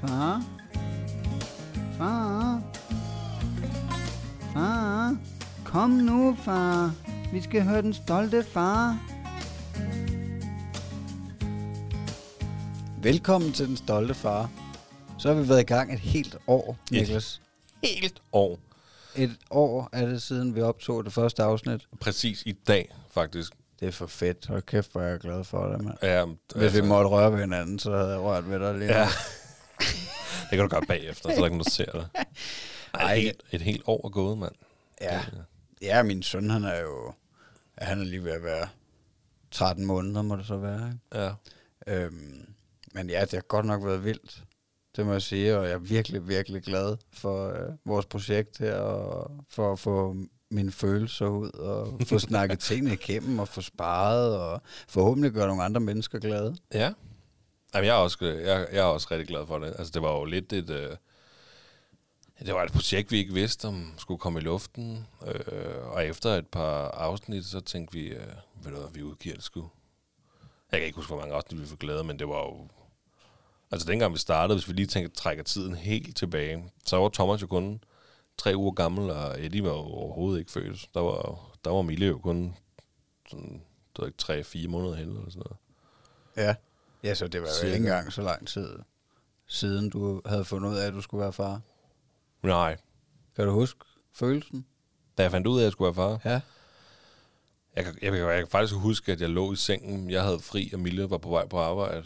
Far? Far? Far? Kom nu, far. Vi skal høre den stolte far. Velkommen til den stolte far. Så har vi været i gang et helt år, Niklas. Helt år. Et år er det siden, vi optog det første afsnit. Præcis i dag, faktisk. Det er for fedt. Hold kæft, hvor er jeg glad for det, mand. Ja, Hvis vi måtte røre ved hinanden, så havde jeg rørt ved dig lige. Ja. Det kan du gøre bagefter, så der kan du se det. Ej, et helt år er gået, mand. Ja. Ja, min søn, han er jo... Ja, han er lige ved at være 13 måneder, må det så være. Ikke? Ja. Men ja, det har godt nok været vildt. Det må jeg sige, og jeg er virkelig, virkelig glad for vores projekt her, og for at få mine følelser ud, og få snakket tingene igennem, og få sparet, og forhåbentlig gøre nogle andre mennesker glade. Ja. Jamen, jeg er også rigtig glad for det. Altså, det var jo lidt et... det var et projekt, vi ikke vidste, om skulle komme i luften. Og efter et par afsnit, så tænkte vi, ved du hvad, vi udgiver det sgu. Jeg kan ikke huske, hvor mange afsnit vi fik lavet, men det var jo... Altså, dengang vi startede, hvis vi lige trækker tiden helt tilbage, så var Thomas jo kun 3 uger gammel, og Eddie var jo overhovedet ikke født. Der var Mille jo kun sådan, det var ikke 3-4 måneder hen, eller sådan noget. Ja. Ja, så det var jo ikke engang så lang tid siden, du havde fundet ud af, at du skulle være far. Nej. Kan du huske følelsen? Da jeg fandt ud af, at jeg skulle være far? Ja. Jeg kan faktisk huske, at jeg lå i sengen. Jeg havde fri, og Mille var på vej på arbejde.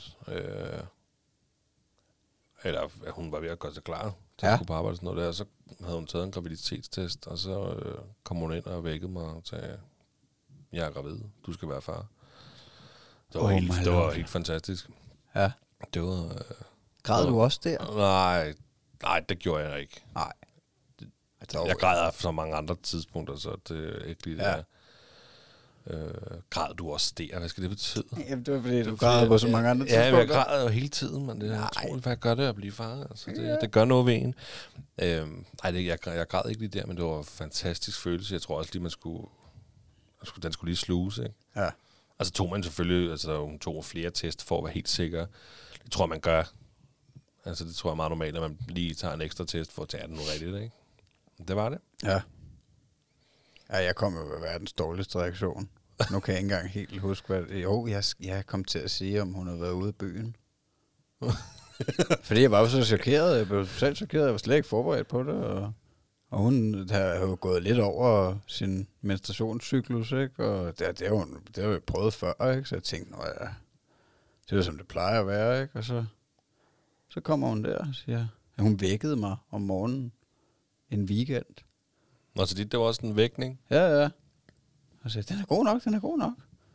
Eller hun var ved at gøre sig klar til at gå på arbejde. Sådan noget der. Og så havde hun taget en graviditetstest, og så kom hun ind og vækkede mig og sagde, jeg er gravid, du skal være far. Det var helt fantastisk. Ja. Det var... Græd du også der? Nej, det gjorde jeg ikke. Nej. Jeg græder så mange andre tidspunkter, så det er ikke lige det der. Græd du også der? Hvad skal det betyde? Jamen, det var fordi, du græder på så mange andre tidspunkter. Ja, jeg græder jo hele tiden, men det er utroligt, hvad gør det at blive far. Altså, det gør noget ved en. Jeg græd ikke lige der, men det var en fantastisk følelse. Jeg tror også lige, den skulle lige sluges, ikke? Ja. Altså tog man selvfølgelig, hun tog flere test for at være helt sikker. Det tror jeg, man gør. Altså det tror jeg er meget normalt, at man lige tager en ekstra test for at tage den nu rigtigt, ikke? Det var det. Ja. Ja, jeg kom jo ved verdens dårligste reaktion. Nu kan jeg ikke engang helt huske, hvad det... Jo, jeg kom til at sige, om hun havde været ude i byen. Fordi jeg var så chokeret. Jeg blev selv chokeret. Jeg var slet ikke forberedt på det. Og hun havde jo gået lidt over sin menstruationscyklus, ikke? Og det har vi prøvet før, ikke? Så jeg tænkte, ja, det er som det plejer at være, ikke? Og så kommer hun der og siger, at hun vækkede mig om morgenen en weekend. Nå, så det var også en vækning? Ja. Og så den er god nok.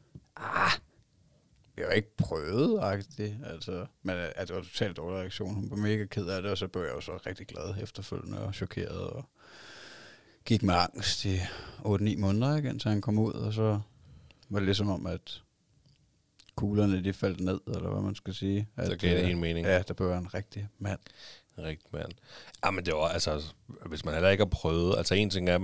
Vi har jo ikke prøvet, altså, men det var totalt dårlig reaktion. Hun var mega ked af det, og så blev jeg jo så rigtig glad efterfølgende og chokeret, og gik med angst i 8-9 måneder igen, så han kom ud, og så var det ligesom om, at kuglerne de faldt ned, eller hvad man skal sige. Så gav det en mening. Ja, der blev en rigtig mand. Ja, men det var altså, hvis man heller ikke har prøvet, altså en ting er, at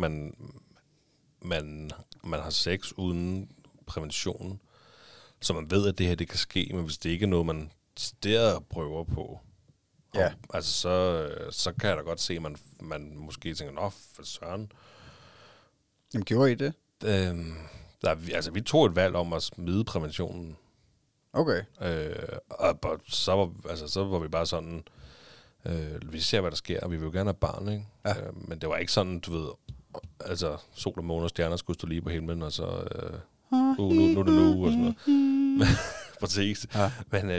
man har sex uden prævention, så man ved, at det her det kan ske, men hvis det ikke er noget, man stadig prøver på, ja. Altså så kan jeg da godt se, at man måske tænker, nå, for søren. Jamen, gjorde I det? Vi tog et valg om at smide præventionen. Okay. Og så var vi bare sådan, vi ser, hvad der sker, og vi vil jo gerne have barn, ikke? Ja. Men det var ikke sådan, du ved, altså sol og måne og stjerner skulle stå lige på himlen, og så nu er det nu, og sådan noget. Præcis. Ja.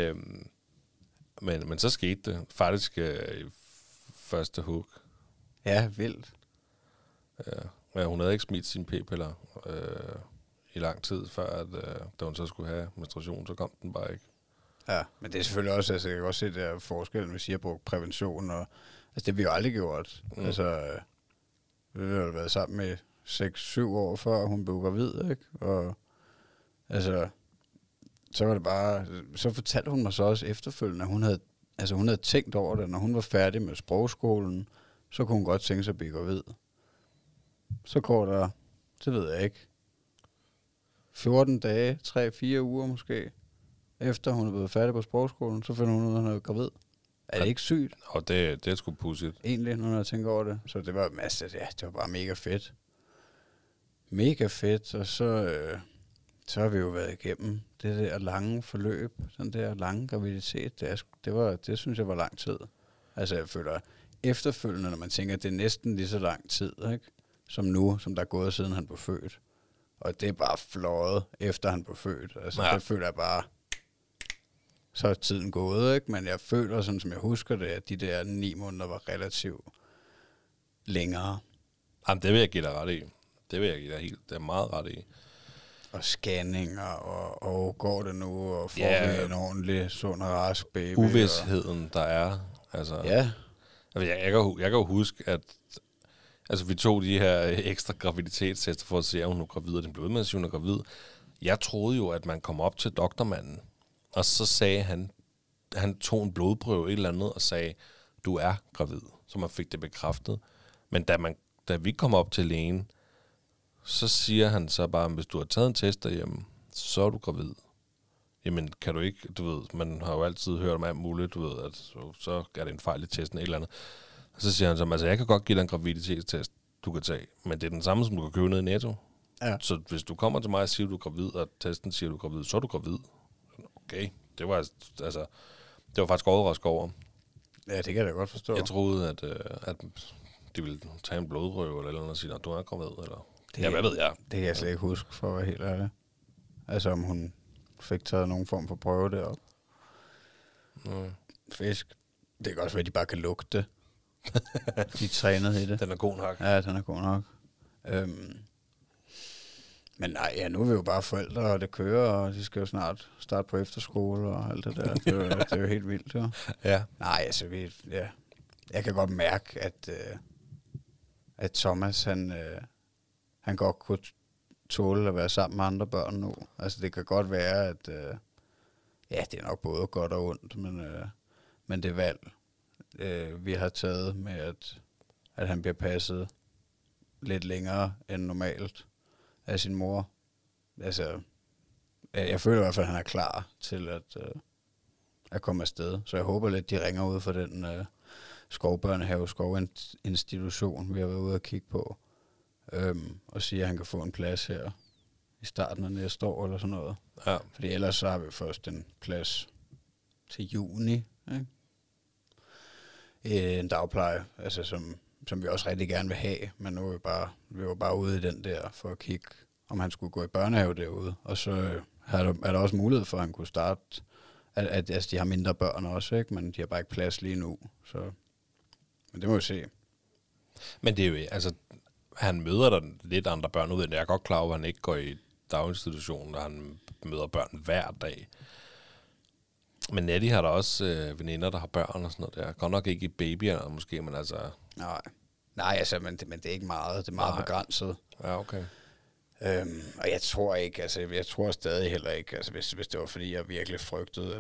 Men så skete det faktisk i første hug. Ja, vildt. Ja, hun havde ikke smidt sine p-piller i lang tid, før at, da hun så skulle have menstruation, så kom den bare ikke. Ja, men det er selvfølgelig også, altså jeg kan også se der forskellen, hvis I har brugt prævention, og altså det har vi jo aldrig gjort. Altså, vi har jo været sammen med 6-7 år før hun blev gravid, ikke? Og altså, så var det bare, så fortalte hun mig så også efterfølgende, at hun havde tænkt over det, når hun var færdig med sprogskolen, så kunne hun godt tænke sig at blive gravid. Så går der, det ved jeg ikke, 14 dage, 3-4 uger måske, efter hun er blevet færdig på sprogskolen, så finder hun ud af, at hun er gravid. Er det ikke sygt? Og det er sgu pudsigt. Egentlig, når jeg tænker over det. Så det var det var bare mega fedt. Mega fedt, og så har vi jo været igennem det der lange forløb, den der lange graviditet. Det synes jeg var lang tid. Altså jeg føler efterfølgende, når man tænker, at det er næsten lige så lang tid, ikke? Som nu, som der er gået siden han blev født. Og det er bare fløjet efter han blev født. Altså det føler jeg bare, så er tiden gået, ikke? Men jeg føler, sådan som jeg husker det, at de der 9 måneder var relativt længere. Jamen, det vil jeg give dig ret i. Det vil jeg give dig helt, det er meget ret i. Og scanninger, og går det nu, og får vi en ordentlig, sund og rask baby. Uvidsheden, der er. Altså, ja. Altså, jeg kan jo huske, at altså, vi tog de her ekstra graviditetstester for at se, om hun er gravid, og den blev med at sige, hun er gravid. Jeg troede jo, at man kom op til doktormanden, og så sagde han tog en blodprøve et eller andet, og sagde, du er gravid. Så man fik det bekræftet. Men da vi kom op til lægen, så siger han så bare, hvis du har taget en test derhjemme, så er du gravid. Jamen, kan du ikke, du ved, man har jo altid hørt om alt muligt, du ved, at så er det en fejl i testen, et eller andet. Og så siger han så, altså jeg kan godt give dig en graviditetstest, du kan tage, men det er den samme, som du kan købe ned i Netto. Ja. Så hvis du kommer til mig og siger, du er gravid, og testen siger, du er gravid, så er du gravid. Okay, det var faktisk overrasket over. Ja, det kan jeg da godt forstå. Jeg troede, at de ville tage en blodprøve eller noget og sige, du er gravid, eller... Hvad ved jeg? Det kan jeg slet ikke huske, for at være helt ærlig. Altså, om hun fik taget nogen form for prøve derop. Fisk. Det kan også være, at de bare kan lugte det. De trænede i det. Den er god nok. Ja, den er god nok. Men nej, ja, nu er vi jo bare forældre, og det kører, og de skal jo snart starte på efterskole og alt det der. Det er jo helt vildt, jo. Ja. Nej, altså, jeg kan godt mærke, at Thomas, han godt kunne tåle at være sammen med andre børn nu. Altså, det kan godt være, at det er nok både godt og ondt, men det valg, vi har taget med, at han bliver passet lidt længere end normalt af sin mor. Altså, jeg føler i hvert fald, at han er klar til at komme afsted. Så jeg håber lidt, de ringer ud for den skovbørnehave, skovinstitution, vi har været ude at kigge på. Og siger, at han kan få en plads her i starten af næste år eller sådan noget. Ja. Fordi ellers så har vi først en plads til juni, ikke? En dagpleje, altså som vi også rigtig gerne vil have, men nu er vi var bare ude i den der for at kigge, om han skulle gå i børnehave derude. Og så er der også mulighed for, at han kunne starte, at altså, de har mindre børn også, ikke? Men de har bare ikke plads lige nu. Så. Men det må vi se. Men det er jo, altså, han møder der lidt andre børn ud, end jeg er godt klar over, at han ikke går i daginstitutionen, og han møder børn hver dag. Men Nettie har der også veninder, der har børn og sådan noget der. Godt nok ikke i babyer måske, men altså... Nej, altså, men det er ikke meget. Det er meget begrænset. Ja, okay. Og jeg tror ikke, altså, jeg tror stadig heller ikke, altså, hvis det var fordi, jeg virkelig frygtede,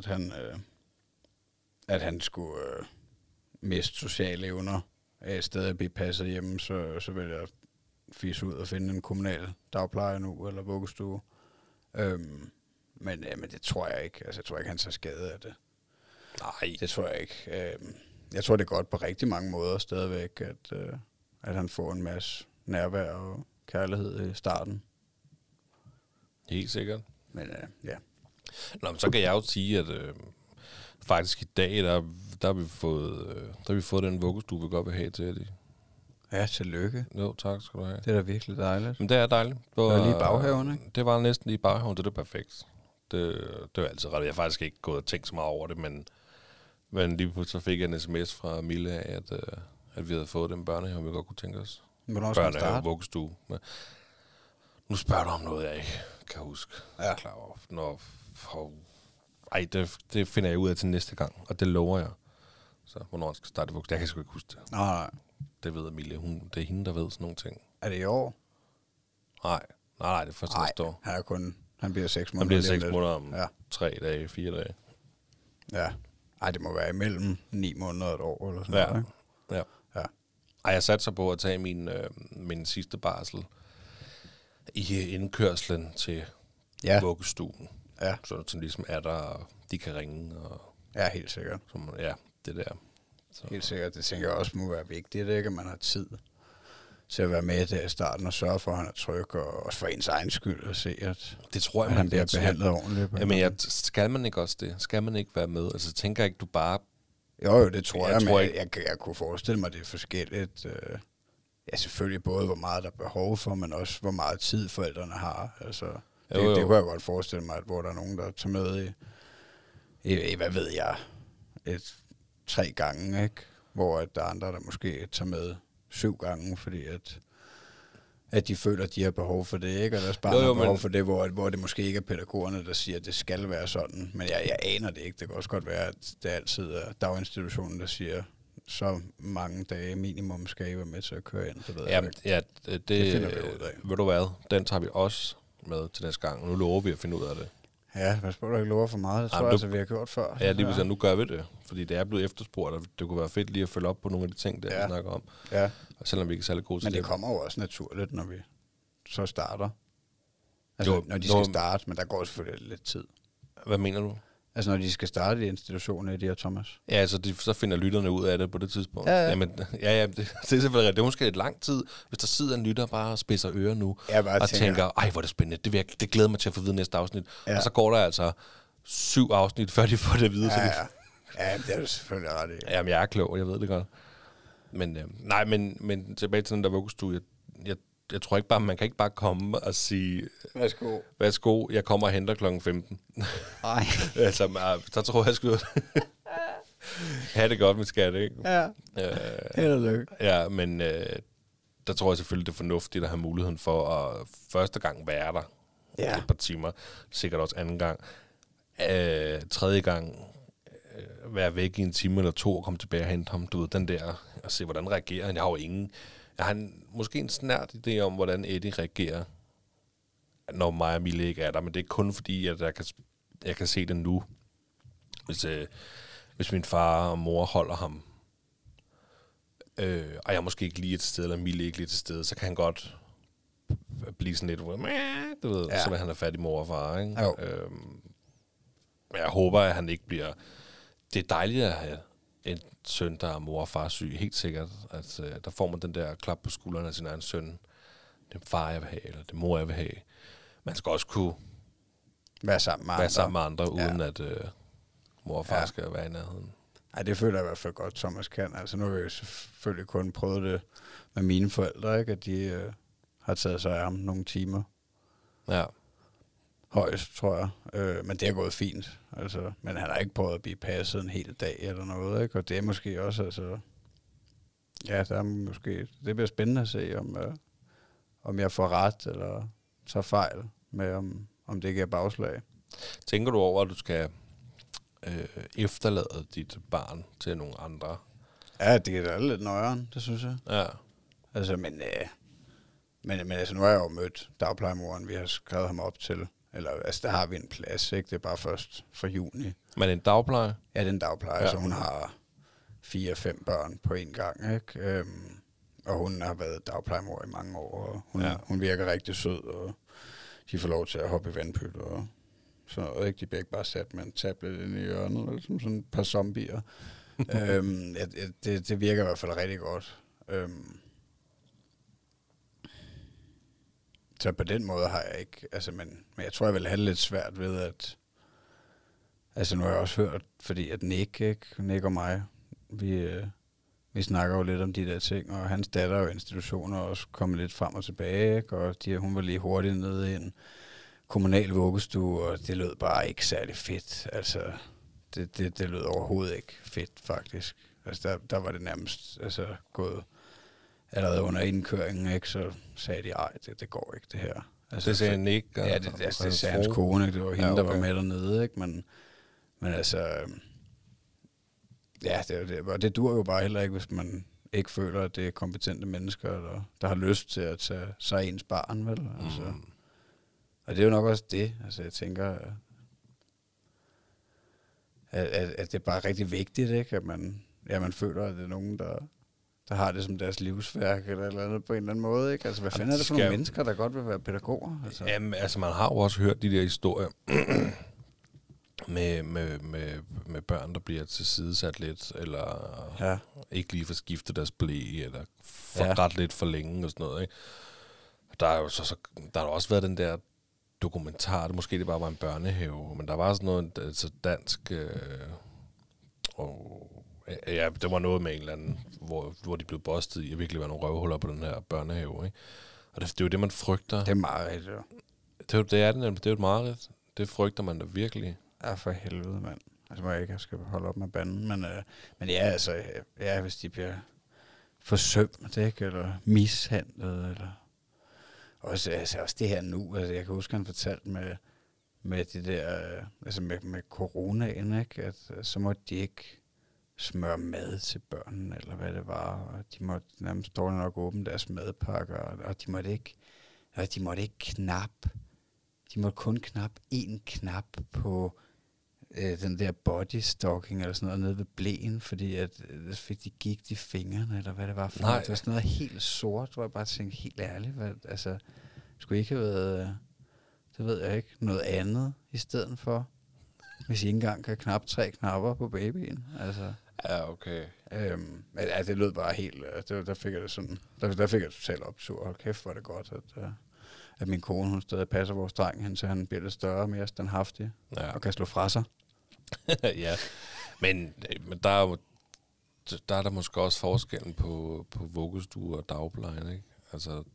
at han skulle miste sociale evner af et sted at blive passet hjemme, så vil jeg fise ud og finde en kommunal dagpleje nu, eller vuggestue. Men det tror jeg ikke. Altså, jeg tror ikke, han tager skade af det. Nej. Det tror jeg ikke. Jeg tror, det er godt på rigtig mange måder stadigvæk, at han får en masse nærvær og kærlighed i starten. Helt sikkert. Men ja. Nå, men så kan jeg jo sige, at faktisk i dag, der har vi fået den vuggestue, vi godt vil have til det. Ja, tillykke. Jo, tak skal du have. Det er da virkelig dejligt. Men det er dejligt. Det var lige i baghaven, ikke? Det var næsten lige i baghaven, det er perfekt. Det var altid ret. Jeg har faktisk ikke gået og tænkt så meget over det, men lige pludselig så fik jeg en sms fra Mille af, at vi havde fået den børnehave, vi godt kunne tænke os. Hvornår skal børnehave, vuggestue. Nu spørger du om noget, jeg ikke kan huske. Ja. Klar over. Det finder jeg ud af til næste gang, og det lover jeg. Så hvornår jeg skal starte vuggestue, jeg kan sgu ikke huske det. Nej. Det ved Emilie. Det er hende, der ved sådan nogle ting. Er det i år? Nej, det er først næste år. Han bliver 6 måneder. Han bliver 6 måneder om 3 dage, 4 dage. Ja. Ej, det må være imellem 9 måneder og et år, eller sådan noget, ikke? Ja. Ej, jeg satte sig på at tage min sidste barsel i indkørslen til vuggestuen. Ja. Så ligesom er der, de kan ringe. Og, ja, helt sikkert. Det der. Så. Helt sikkert. Det tænker jeg også må være vigtigt, ikke? At man har tid til at være med der i starten og sørge for, at han er tryg, og også for ens egen skyld at se, at Det tror jeg, han bliver behandlet ordentligt. Jamen, skal man ikke også det? Skal man ikke være med? Altså, tænker ikke, du bare... Jo, det tror jeg, men ikke. Jeg kunne forestille mig, at det er forskelligt. Ja, selvfølgelig både, hvor meget der er behov for, men også, hvor meget tid forældrene har. Altså, det kunne jeg godt forestille mig, at hvor der er nogen, der tager med i hvad ved jeg, 3 gange, ikke? Hvor at der er andre, der måske tager med 7 gange, fordi at de føler, at de har behov for det, ikke? Og deres barn har behov for det, hvor det måske ikke er pædagogerne, der siger, at det skal være sådan. Men jeg aner det ikke. Det kan også godt være, at det altid er daginstitutionen, der siger, så mange dage minimum skal I være med til at køre ind. Det ved jeg ikke. Ja, det finder vi ud af. Ved du hvad? Den tager vi også med til næste gang. Nu lover vi at finde ud af det. Ja, hvad spørger du ikke lover for meget? Det tror jeg altså, vi har gjort før. Ja, lige hvis nu gør vi det. Fordi det er blevet efterspurgt, og det kunne være fedt lige at følge op på nogle af de ting, der vi snakker om. Ja. Og selvom vi ikke er særlig gode til det. Men det kommer jo også naturligt, når vi så starter. Altså, når de skal starte, men der går selvfølgelig lidt tid. Hvad mener du? Altså, når de skal starte i institutionen, Eddie og Thomas? Ja, altså, så finder lytterne ud af det på det tidspunkt. Ja. Jamen, det er selvfølgelig rigtigt. Det er måske lidt lang tid, hvis der sidder en lytter bare og spidser ører nu, og tænker, ej, hvor er det spændende, det glæder mig til at få vide næste afsnit. Ja. Og så går der altså 7 afsnit, før de får det at vide. Ja, det er du selvfølgelig ret i. Jamen, jeg er klog, jeg ved det godt. Men, men tilbage til den der vuggestue, jeg tror ikke bare, man kan ikke bare komme og sige, værsgo, jeg kommer og henter klokken 15. Nej. Altså, så tror jeg sgu, have det godt med skat, ikke? Ja, held og lykke. Ja, men der tror jeg selvfølgelig, det er fornuftigt at have muligheden for at første gang være der et par timer, sikkert også anden gang. Tredje gang være væk i en time eller 2 og komme tilbage og hente ham, du ved, den der, og se, hvordan reagerer han. Jeg har jo jeg har måske en snært idé om, hvordan Eddie reagerer, når mig og Mille ikke er der, men det er kun fordi, at jeg kan se det nu. Hvis min far og mor holder ham, og jeg måske ikke lige et sted, eller Mille ikke lige til stede, så kan han godt blive sådan lidt, du ved, så han er fat i mor og far, ikke? Men jeg håber, at han ikke bliver... Det er dejligt at have en søn, der er mor og far syg, helt sikkert. At, der får man den der klap på skulderen af sin egen søn. Det far, jeg vil have, eller det mor, jeg vil have. Man skal også kunne være sammen med andre uden at mor og far skal være i nærheden. Nej, det føler jeg i hvert fald godt, Thomas kan. Altså, nu har jeg selvfølgelig kun prøvet det med mine forældre, ikke? At de har taget sig af ham nogle timer. Ja. Højst, tror jeg. Men det er gået fint. Altså, men han har ikke prøvet at blive passet en hel dag eller noget, ikke? Og det er måske også, altså... Ja, der er måske... Det bliver spændende at se, om jeg får ret eller tager fejl med, om det giver bagslag. Tænker du over, at du skal efterlade dit barn til nogle andre? Ja, det er da lidt nøjeren, det synes jeg. Ja. Altså, men altså, nu har jeg jo mødt dagplejemoren, vi har skrevet ham op til. Eller, altså, der har vi en plads, ikke? Det er bare først fra juni. Men en dagpleje? Ja, det er en dagpleje, så hun har 4-5 børn på en gang, ikke? Og hun har været dagplejemor i mange år, og hun virker rigtig sød, og de får lov til at hoppe i vandpyt, og sådan noget, ikke? De bliver ikke bare sat med en tablet inde i hjørnet, eller som sådan et par zombier. Det virker i hvert fald rigtig godt. Så på den måde har jeg ikke, altså, men jeg tror, jeg vil have det lidt svært ved, at, altså, nu har jeg også hørt, fordi at Nick og mig, vi snakker jo lidt om de der ting, og hans datter er jo institutioner også kommet lidt frem og tilbage, ikke? Og hun var lige hurtigt nede i en kommunal vuggestue, og det lød bare ikke særlig fedt. Altså, det lød overhovedet ikke fedt, faktisk. Altså, der var det nærmest gået allerede under indkøringen, ikke? Så sagde de, ej, det går ikke, det her. Altså, det sagde Nick? Ja, det sagde hans kone, ikke? Det var hende, der var med dernede, ikke? Men altså... Ja, det dur jo bare heller ikke, hvis man ikke føler, at det er kompetente mennesker, der har lyst til at tage sig ens barn, vel? Altså, og det er jo nok også det. Altså, jeg tænker, at det er bare rigtig vigtigt, ikke? At man føler, at det er nogen, der har det som deres livsværk, eller andet på en eller anden måde, ikke? Altså, hvad fanden er det for nogle mennesker, der godt vil være pædagoger? Altså? Jamen, altså, man har jo også hørt de der historier. med børn, der bliver tilsidesat lidt, eller ikke lige får skiftet deres blæ, eller får ret lidt for længe og sådan noget, ikke? Der er jo der har også været den der dokumentar, det måske det bare var en børnehave, men der var sådan noget altså dansk, det var noget med en eller anden, hvor de blev bustet i at virkelig være nogle røvhuller på den her børnehave, ikke? Og det er jo det, man frygter. Det er mareridt, jo. Det er det nemlig. Det er jo et mareridt. Det frygter man da virkelig. Ja, for helvede, mand. Altså, må jeg ikke skal holde op med banden, men ja, altså, hvis de bliver forsømt, ikke? Eller mishandlet, eller også det her nu, altså jeg kan huske, han fortalte med det der, altså med coronaen, ikke? At så måtte de ikke smøre mad til børnene, eller hvad det var, og de måtte nærmest dårligt nok åbne deres madpakker, og de måtte ikke de måtte kun knappe én knap på den der bodystocking eller sådan noget nede ved blæen, fordi det fik de gik de fingrene, eller hvad det var for noget. Det var sådan noget helt sort, hvor jeg bare tænkte, helt ærligt, altså, skulle I ikke have været, det ved jeg ikke, noget andet i stedet for, hvis I ikke engang kan knappe 3 knapper på babyen, altså. Ja, okay. Men det lød bare helt, der fik jeg det sådan, der fik jeg totalt optur. Hold kæft, hvor det godt, at min kone, hun stadig passer vores dreng, så han bliver lidt større og mere standhaftig, og kan slå fra sig. Ja, men der er der måske også forskellen på vuggestue og dagplejen, ikke? Altså,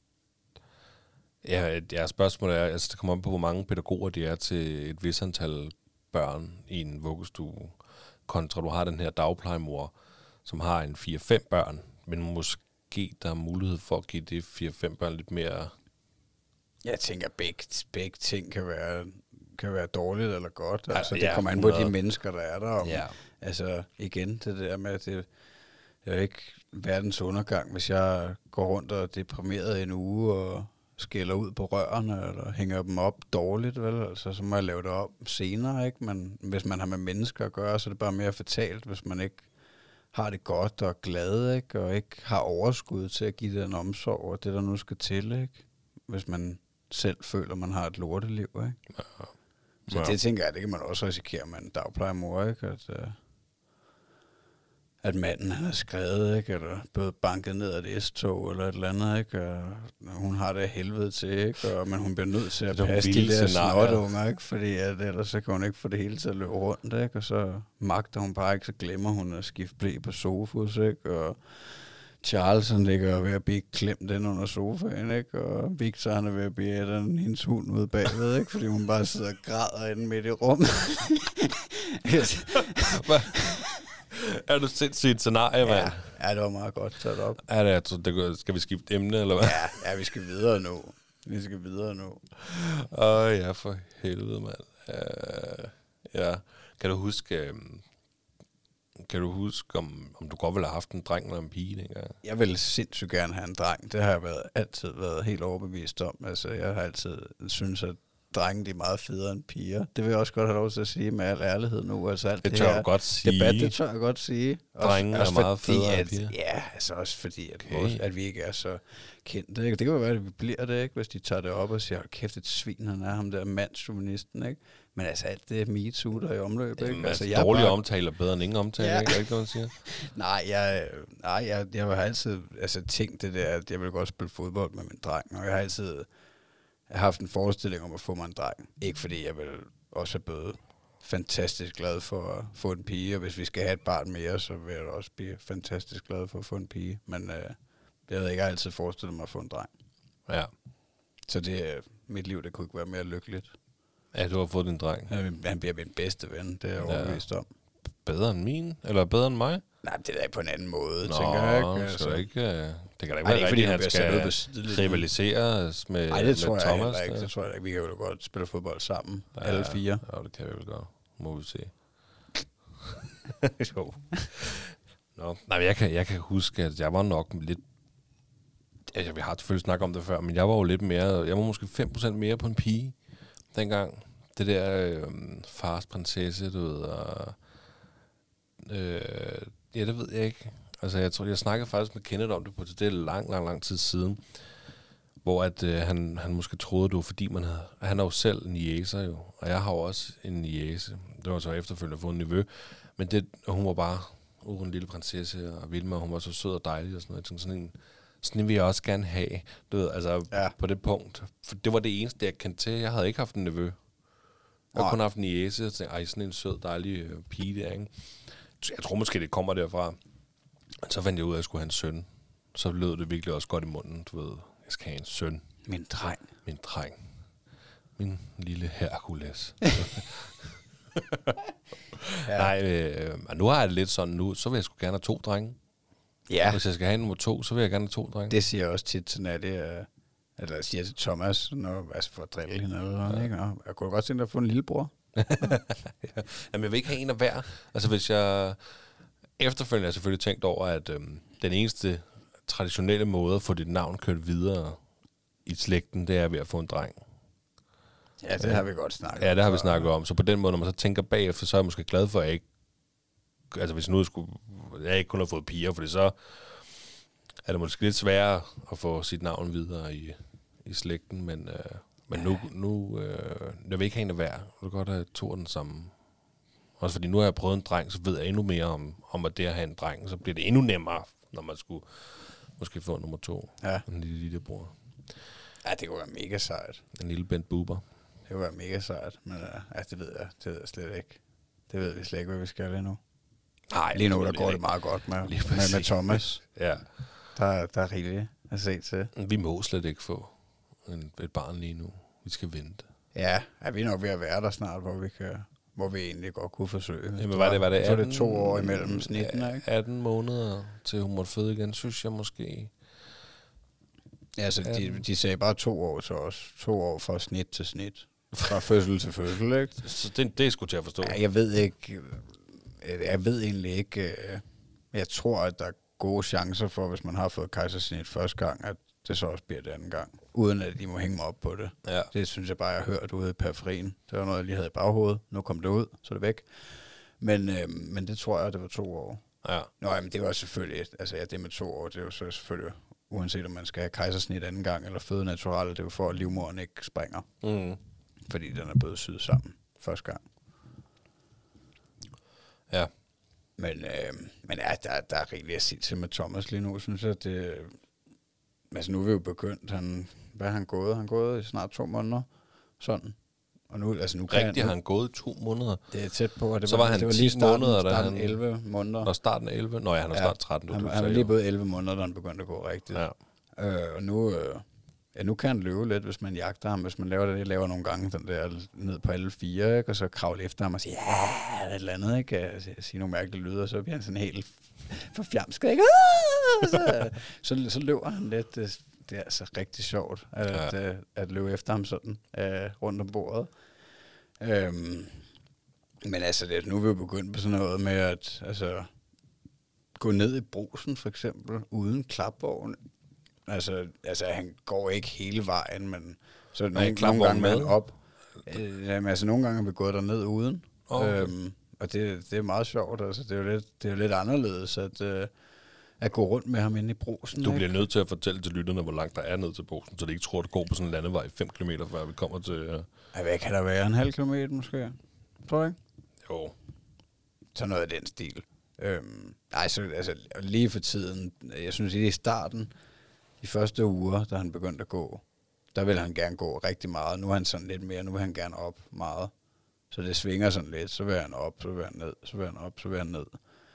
ja, spørgsmålet er, altså det kommer an på, hvor mange pædagoger de er til et vis antal børn i en vuggestue, kontra du har den her dagplejemor, som har en 4-5 børn, men måske der er mulighed for at give det 4-5 børn lidt mere. Jeg tænker, begge ting kan være dårligt eller godt. Altså, det kommer an på de mennesker, der er der. Altså, igen, det der med, at det er ikke verdens undergang, hvis jeg går rundt og er deprimeret en uge og skælder ud på rørene, eller hænger dem op dårligt, vel? Altså, så må jeg lave det op senere, ikke? Men hvis man har med mennesker at gøre, så er det bare mere fatalt, hvis man ikke har det godt og glad, ikke? Og ikke har overskud til at give den omsorg og det, der nu skal til, ikke? Hvis man selv føler, man har et lorteliv, ikke? Ja. Så det tænker jeg, det kan man også risikere med en dagplejemor, ikke? At manden han er skrevet, ikke? Eller blevet banket ned af et S-tog eller et eller andet, ikke? Og hun har det helvede til, ikke? Men hun bliver nødt til at passe de der snotunger, ikke? Fordi ellers så kan hun ikke få det hele til at løbe rundt, ikke? Og så magter hun bare ikke, så glemmer hun at skifte blæ på sofus, ikke? Og Charles han ligger ved at blive klemt ind under sofaen, ikke? Og Victor han er ved at blive hendes hund ude bagved, ikke? Fordi hun bare sidder og græder inde midt i rummet. Er du sindssygt et scenarie, mand? Ja, det var meget godt sat op. Skal vi skifte emne, eller hvad? Ja, vi skal videre nu. Ja, for helvede, mand. Ja. Kan du huske, om du godt ville have haft en dreng eller en pige dengang? Jeg ville sindssygt gerne have en dreng. Det har jeg altid været helt overbevist om. Altså, jeg har altid synes, at drenge, de er meget federe end piger. Det vil jeg også godt have lov til at sige med al ærlighed nu. Altså, alt det tør jeg godt sige. Debat, det tør jeg godt sige. Drenge er meget federe end piger. Ja, altså også fordi, at vi ikke er så kendte. Ikke? Det kan jo være, at vi bliver det, ikke? Hvis de tager det op og siger, kæft, et svin, han er ham der mandsjuvenisten, ikke? Men altså alt det MeToo, der er i omløb, ikke? Altså, dårlige omtaler bedre end ingen omtaler, ikke? Er ikke noget, man siger? Nej, jeg har altid tænkt det der, at jeg vil godt spille fodbold med min dreng, og jeg har altid haft en forestilling om at få mig en dreng. Ikke fordi jeg vil også have blevet fantastisk glad for at få en pige, og hvis vi skal have et barn mere, så vil jeg også blive fantastisk glad for at få en pige. Men jeg havde ikke altid forestillet mig at få en dreng. Ja. Så mit liv, det kunne ikke være mere lykkeligt. Ja, du har fået din dreng. Han bliver min bedste ven, det er jeg overbevist om. Bedre end min? Eller bedre end mig? Nej, det er da ikke på en anden måde, tænker jeg ikke. Altså. Det kan da ikke være rigtigt, at han skal rivaliseres med Thomas. Nej, det tror jeg ikke. Vi kan jo godt spille fodbold sammen, alle 4. Ja, det kan vi vel godt. Må vi se. Jo. Nej, jeg kan huske, at jeg var nok lidt... Altså, vi har selvfølgelig snakket om det før, men jeg var jo lidt mere... Jeg var måske 5% mere på en pige dengang. Det der fars prinsesse, du ved, og... Ja, det ved jeg ikke. Altså, jeg snakkede faktisk med Kenneth om det på det lang tid siden. hvor at, han måske troede, det var fordi, han har jo selv niæser jo, og jeg har jo også en niæse. Det var så efterfølgende at få en nevø, men hun var bare en lille prinsesse, og Vilma, hun var så sød og dejlig og sådan noget. Sådan en vil jeg også gerne have, du ved, altså på det punkt. For det var det eneste, jeg kendte til. Jeg havde ikke haft en nevø. Jeg har kun haft en niæse, og tænkte, sådan en sød, dejlig pige der, ikke? Jeg tror måske, det kommer derfra. Men så fandt jeg ud af, at jeg skulle have en søn. Så lød det virkelig også godt i munden, du ved. Jeg skal have en søn. Min dreng. Min lille Herkules. Nej, nu har jeg det lidt sådan nu, så vil jeg sgu gerne have 2 drenge. Ja. Hvis jeg skal have nummer 2, så vil jeg gerne have 2 drenge. Det siger jeg også tit til Nadia, eller jeg siger til Thomas, for at drille hende eller noget, ikke? Og jeg kunne godt tænke dig at få en lillebror. Ja. Jamen, jeg vil ikke have en af hver. Altså, hvis jeg... Efterfølgende har jeg selvfølgelig tænkt over, at den eneste traditionelle måde at få dit navn kørt videre i slægten, det er ved at få en dreng. Ja, det har vi godt snakket om. Ja, det har vi snakket om. Så på den måde, når man så tænker bagefter, så er jeg måske glad for, at jeg ikke... Altså, hvis nu jeg ikke kun har fået piger, fordi så er det måske lidt sværere at få sit navn videre i slægten, men nu jeg vil ikke have en af hver. Jeg vil godt have 2 af den samme. Også fordi nu har jeg prøvet en dreng, så ved jeg endnu mere om at det at have en dreng, så bliver det endnu nemmere, når man skulle måske få nummer 2. Ja. En lille bror. Ja, det kunne være mega sejt. En lille Bent Buber. Det kunne være mega sejt, men det ved jeg slet ikke. Det ved vi slet ikke, hvad vi skal lige nu. Nej, lige nu, der går det meget godt med Thomas. Ja. Der er rigeligt at se til. Vi må slet ikke få et barn lige nu. Vi skal vente. Ja, vi er nok ved at være der snart, hvor vi egentlig godt kunne forsøge. Jamen, var det 18, så er det 2 år imellem snitten, ikke? 18 måneder til hun måtte føde igen, synes jeg måske. Ja, så de sagde bare 2 år, så også 2 år fra snit til snit. Fra fødsel til fødsel, ikke? Så det er sgu til at forstå. Ja, jeg ved egentlig ikke. Jeg tror, at der er gode chancer for, hvis man har fået kejsersnit første gang, at det så også bliver det anden gang. Uden at de må hænge mig op på det. Ja. Det synes jeg bare, jeg har hørt ude i periferien. Det var noget, jeg lige havde i baghovedet. Nu kom det ud, så er det væk. Men det tror jeg, det var 2 år. Ja. Nå, jamen, det var selvfølgelig... Altså, ja, det med 2 år, det er jo så selvfølgelig... Uanset om man skal have kejsersnit anden gang, eller føde naturalt, det er jo for, at livmoderen ikke springer. Mm. Fordi den er blevet syet sammen første gang. Ja. Men ja, der er rigeligt at sige til med Thomas lige nu, synes jeg. Altså, nu er vi jo begyndt. Hvad er han gået? Han er gået i snart 2 måneder. Sådan. Og nu Rigtig har han gået 2 måneder. Det er tæt på. Så var han det var 10 lige måneder, da han... 11 måneder. Når starten af 11? Nå ja, han er snart 13. Han var lige blevet 11 måneder, da han begyndte at gå rigtigt. Ja. Og nu kan han løbe lidt, hvis man jagter ham. Hvis man laver det, jeg laver nogle gange den der ned på alle 4, ikke? Og så kravle efter ham og sige, ja, et eller andet, ikke? Jeg siger nogle mærkelige lyder, og så bliver han sådan helt forfjamsket, ikke? Så løber han lidt. Det er altså rigtig sjovt, at løbe efter ham sådan rundt om bordet. Men altså, nu er vi jo begyndt på sådan noget med at gå ned i brusen for eksempel, uden klapvogn. Altså han går ikke hele vejen, men så nogle gange med op. Nogle gange har vi gået derned uden. Okay. Og det er meget sjovt. Altså, det er jo lidt anderledes at gå rundt med ham inde i brusen. Du bliver nødt til at fortælle til lytterne, hvor langt der er ned til brusen, så de ikke tror, at det går på sådan en landevej 5 km, før vi kommer til... Hvad kan der være? 0,5 kilometer måske? Tror du ikke? Jo. Så noget af den stil. Lige for tiden, jeg synes, i starten, de første uger, da han begyndte at gå, der ville han gerne gå rigtig meget. Nu er han sådan lidt mere, nu vil han gerne op meget. Så det svinger sådan lidt, så vil han op, så vil han ned, så vil han op, så vil han ned.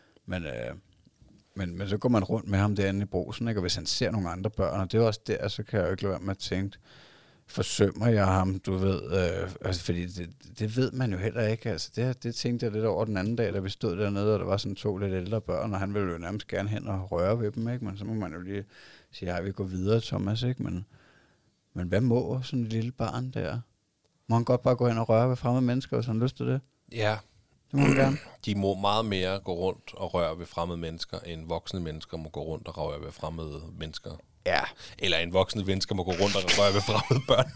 Men så går man rundt med ham derinde i brusen, ikke? Og hvis han ser nogle andre børn, og det er også der, så kan jeg jo ikke lade være med at tænke, forsømmer jeg ham, du ved, fordi det ved man jo heller ikke, altså det tænkte jeg lidt over den anden dag, da vi stod dernede, og der var sådan 2 lidt ældre børn, og han ville jo nærmest gerne hen og røre ved dem, ikke? Men så må man jo lige sige, ja, vi går videre, Thomas, ikke? Men hvad må sådan et lille barn der? Må han godt bare gå hen og røre ved fremmede mennesker, hvis han har lyst til det? Ja. Det må han gerne. De må meget mere gå rundt og røre ved fremmede mennesker, end voksne mennesker må gå rundt og røre ved fremmede mennesker. Ja. Eller en voksne mennesker må gå rundt og røre ved fremmede børn.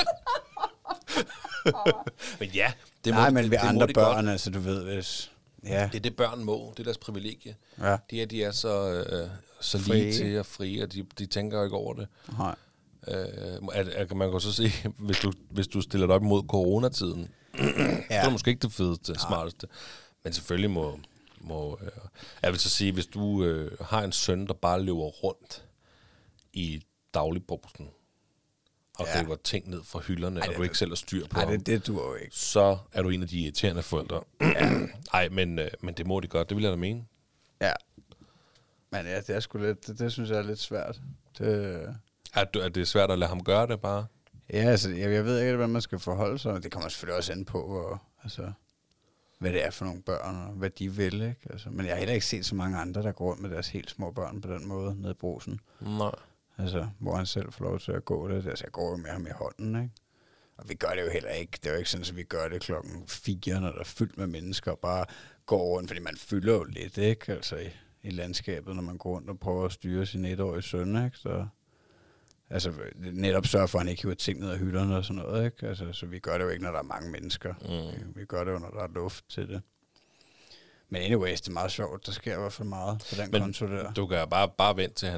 Men ja, det må men ved andre børn, godt. Altså du ved, hvis... Ja. Det er det, børn må. Det er deres privilegie. Ja. De er så lige til og frie, og de tænker ikke over det. Nej. Man kan så se, hvis du stiller dig op imod coronatiden, så er det måske ikke det fedeste, smarteste. Men selvfølgelig jeg vil så sige, hvis du har en søn, der bare løber rundt i dagligbrugsen, og griber ting ned fra hylderne, og du ikke selv har styr på ham, det duer jo ikke. så er du en af de irriterende forældre. Nej, men det må de godt, det vil jeg da mene. Ja. Men ja, det er sgu lidt, det synes jeg er lidt svært. Er det svært at lade ham gøre det bare? Ja, altså, jeg ved ikke, hvordan man skal forholde sig. Det kommer selvfølgelig også an på, hvad det er for nogle børn, og hvad de vil, ikke? Altså, men jeg har heller ikke set så mange andre, der går rundt med deres helt små børn på den måde, nede i Brugsen. Nej. Altså, hvor han selv får lov til at gå det. Altså, jeg går jo med ham i hånden, ikke? Og vi gør det jo heller ikke. Det er jo ikke sådan, at vi gør det 4:00, når der er fyldt med mennesker, og bare går rundt, fordi man fylder jo lidt, ikke? Altså, i landskabet, når man går rundt og prøver at styre sin 1-årige søn, ikke? Så, altså, netop sørge for, at han ikke hiver ting ned af hylderne og sådan noget, ikke? Altså, så vi gør det jo ikke, når der er mange mennesker. Vi gør det jo, når der er luft til det. Men anyways, det er meget sjovt. Der sker i hvert fald meget på den konto der. Du kan bare vente til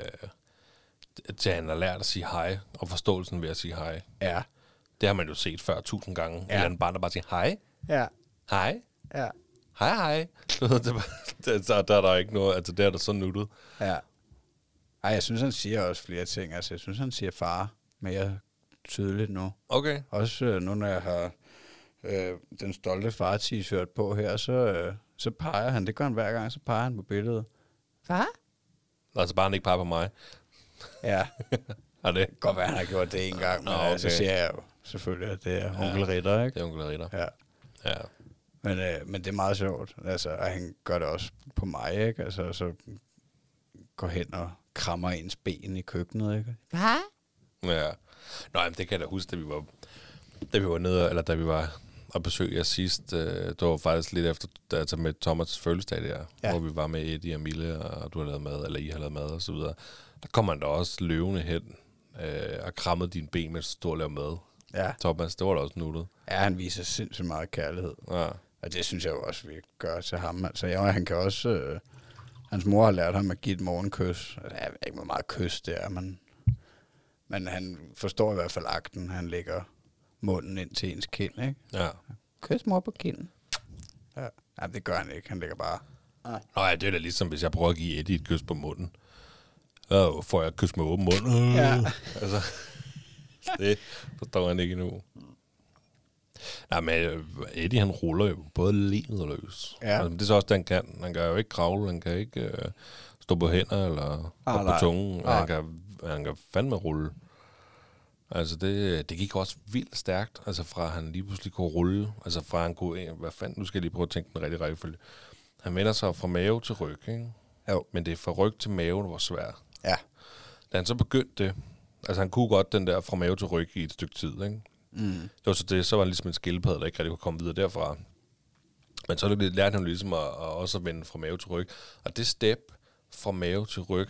han har lært at sige hej, og forståelsen ved at sige hej. Ja. Det har man jo set før 1000 gange. Ja. Eller en barn, der bare siger hej. Ja. Hej. Ja. Hej. Der er der ikke noget, altså der er der så nuttet. Ja. Ej, jeg synes, han siger også flere ting. Altså, jeg synes, han siger far mere tydeligt nu. Okay. Også nu, når jeg har den stolte far-t-shirt på her, så peger han. Det gør han hver gang, så peger han på billedet. Far? Altså bare han ikke peger på mig. Ja. Er det? Godt være, han har gjort det en gang, men okay. Så siger jeg jo selvfølgelig, at det er onkel Ritter, ikke? Det er onkel Ritter. Ja. Men det er meget sjovt. Altså, og han gør det også på mig, ikke? Altså, så går hen og krammer ens ben i køkkenet, ikke? Hvad? Ja. Nå, jamen, det kan jeg da huske, da vi var nede, eller da vi var og besøge jer sidst. Det var faktisk lidt efter, da jeg tager med Thomas' fødselsdag der, hvor vi var med Eddie og Mille, og du har lavet mad, eller I har lavet mad, og så videre. Der kom man da også løvende hen og krammede dine ben, mens du stod og lavede mad. Ja. Thomas, det var da også nuttet. Ja, han viser sindssygt meget kærlighed. Ja. Og det synes jeg jo også, vi gør til ham. Altså, han kan også... hans mor har lært ham at give et morgenkys. Altså, jeg ved ikke, hvor meget kys det er, men han forstår i hvert fald akten. Han lægger munden ind til ens kind, ikke? Ja. Kys mor på kinden. Ja. Ja, det gør han ikke. Han lægger bare... Nå ja, det er da ligesom, hvis jeg prøver at give Eddie et kys på munden. Så får jeg et kys med åben mund. Ja. Altså, det forstår han ikke endnu. Nej, men Eddie, han ruller jo både livet og løs. Ja. Altså, det er så også det, han kan. Han kan jo ikke kravle, han kan ikke stå på hænder eller op på tungen. Han kan fandme rulle. Altså, det gik også vildt stærkt. Altså, fra han lige pludselig kunne rulle. Altså, fra han kunne... Hvad fanden? Nu skal jeg lige prøve at tænke den rigtig rækkefølge. Han vender sig fra mave til ryg, ikke? Jo. Men det er fra ryg til mave, der var svært. Ja. Da han så begyndte det... Altså, han kunne godt den der fra mave til ryg i et stykke tid, ikke? Mm. Det var så det, så var han ligesom en skildpadde, der ikke rigtig kunne komme videre derfra. Men så lærte han ligesom at også at vende fra mave til ryg. Og det step fra mave til ryg,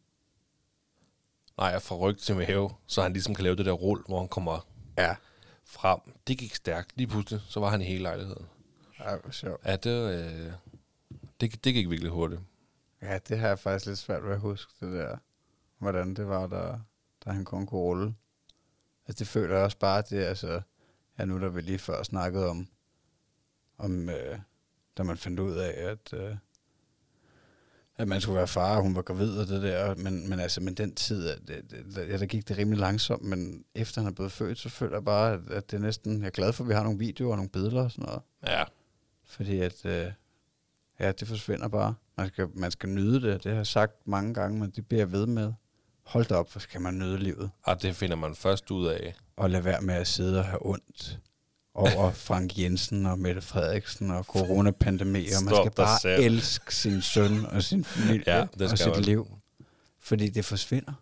fra ryg til mave, så han ligesom kan lave det der rul, hvor han kommer frem. Det gik stærkt. Lige pludselig, så var han i hele lejligheden. Ja, hvor sjovt. Ja, det gik virkelig hurtigt. Ja, det har jeg faktisk lidt svært ved at huske, det der. Hvordan det var, da han kun kunne rulle. Altså, det føler jeg også bare, det altså... Ja, nu der vi lige før snakkede om da man fandt ud af, at man skulle være far, og hun var gravid og det der. Men den tid, der gik det rimelig langsomt, men efter han er blevet født, så føler jeg bare, at det er næsten... Jeg er glad for, at vi har nogle videoer og nogle billeder og sådan noget. Ja. Fordi det forsvinder bare. Man skal nyde det. Det har jeg sagt mange gange, men det bliver jeg ved med. Hold da op, hvor skal man nyde livet. Og det finder man først ud af. Og lad være med at sidde og have ondt over Frank Jensen og Mette Frederiksen og coronapandemi. Og man skal bare elske sin søn og sin familie og sit liv. Fordi det forsvinder.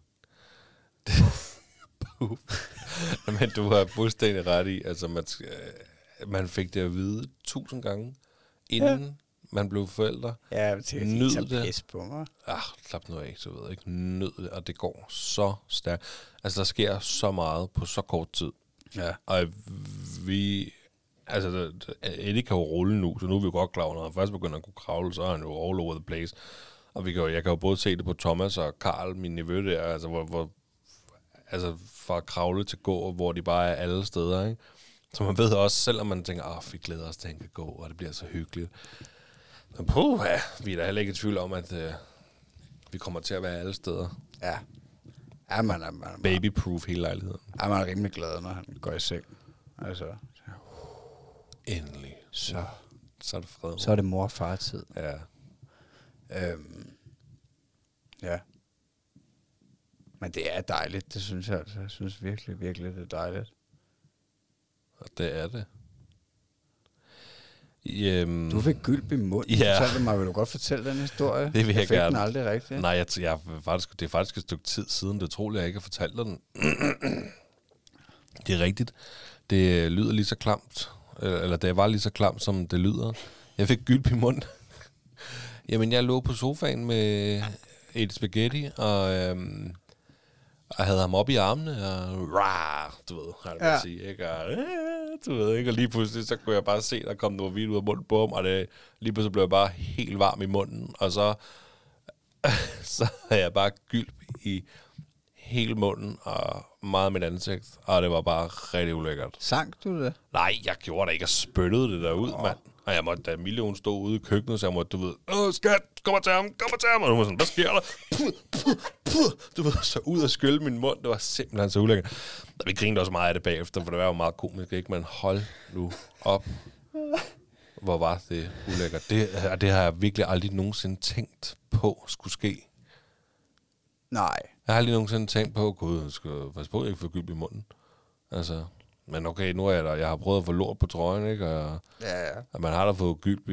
Men du har fuldstændig ret i, altså man fik det at vide 1000 gange, inden man blev forældre. Ja, det nyd det. Pis på mig. Slap nu af, så ved jeg ikke. Nyd det, og det går så stærkt. Altså, der sker så meget på så kort tid. Ja. Og Eddie kan jo rulle nu, så nu er vi jo godt klar over, når han først begynder at kunne kravle, så er han jo all over the place. Og jeg kan jo både se det på Thomas og Karl, min nevø der, altså altså fra at kravle til gå, hvor de bare er alle steder, ikke? Så man ved også, selvom man tænker, vi glæder os til, at han kan gå, og det bliver så hyggeligt. Men vi er da heller ikke i tvivl om, at vi kommer til at være alle steder. Ja. Ja, man er baby-proof hele lejligheden. Ja, man er rimelig glad, når han går i seng. Altså. Endelig. Så er det fred. Så er det mor- og far-tid. Ja. Ja. Men det er dejligt, det synes jeg. Altså. Jeg synes virkelig, virkelig, det er dejligt. Og det er det. Du fik gylp i munden. Ja. Fortalte mig, vil du godt fortælle den historie? Det vil jeg gerne. Den aldrig rigtigt. Nej, det er faktisk et stykke tid siden. Det er troligt, jeg ikke har fortalt dig den. Det er rigtigt. Det lyder lige så klamt. Eller det var lige så klamt, som det lyder. Jeg fik gylp i munden. Jamen, jeg lå på sofaen med et spaghetti, og havde ham op i armene, og du ved, har jeg vil sige, ikke? Og, du ved, ikke? Og lige pludselig, så kunne jeg bare se, der kom noget vildt ud af munden på ham, og lige pludselig blev jeg bare helt varm i munden, og så havde jeg bare gylp i hele munden, og meget af mit ansigt, og det var bare rigtig ulækkert. Sank du det? Nej, jeg gjorde det ikke, jeg spyttede det derud, mand. Og jeg måtte, da Emilie, hun stod ude i køkkenet, så jeg måtte, du ved, skat, kom og tage ham, og hun var sådan, hvad sker der? Du ved, så ud og skylle min mund, det var simpelthen så ulækkert. Og vi grinede også meget af det bagefter, for det var jo meget komisk, ikke? Men hold nu op. Hvor var det ulækkert. Det har jeg virkelig aldrig nogensinde tænkt på skulle ske. Nej. Jeg har aldrig nogensinde tænkt på, gud, jeg skal passe på, at jeg ikke får gylp i munden. Altså, men okay, nu er jeg der. Jeg har prøvet at få lort på trøjen, ikke? Og at man har da fået gylp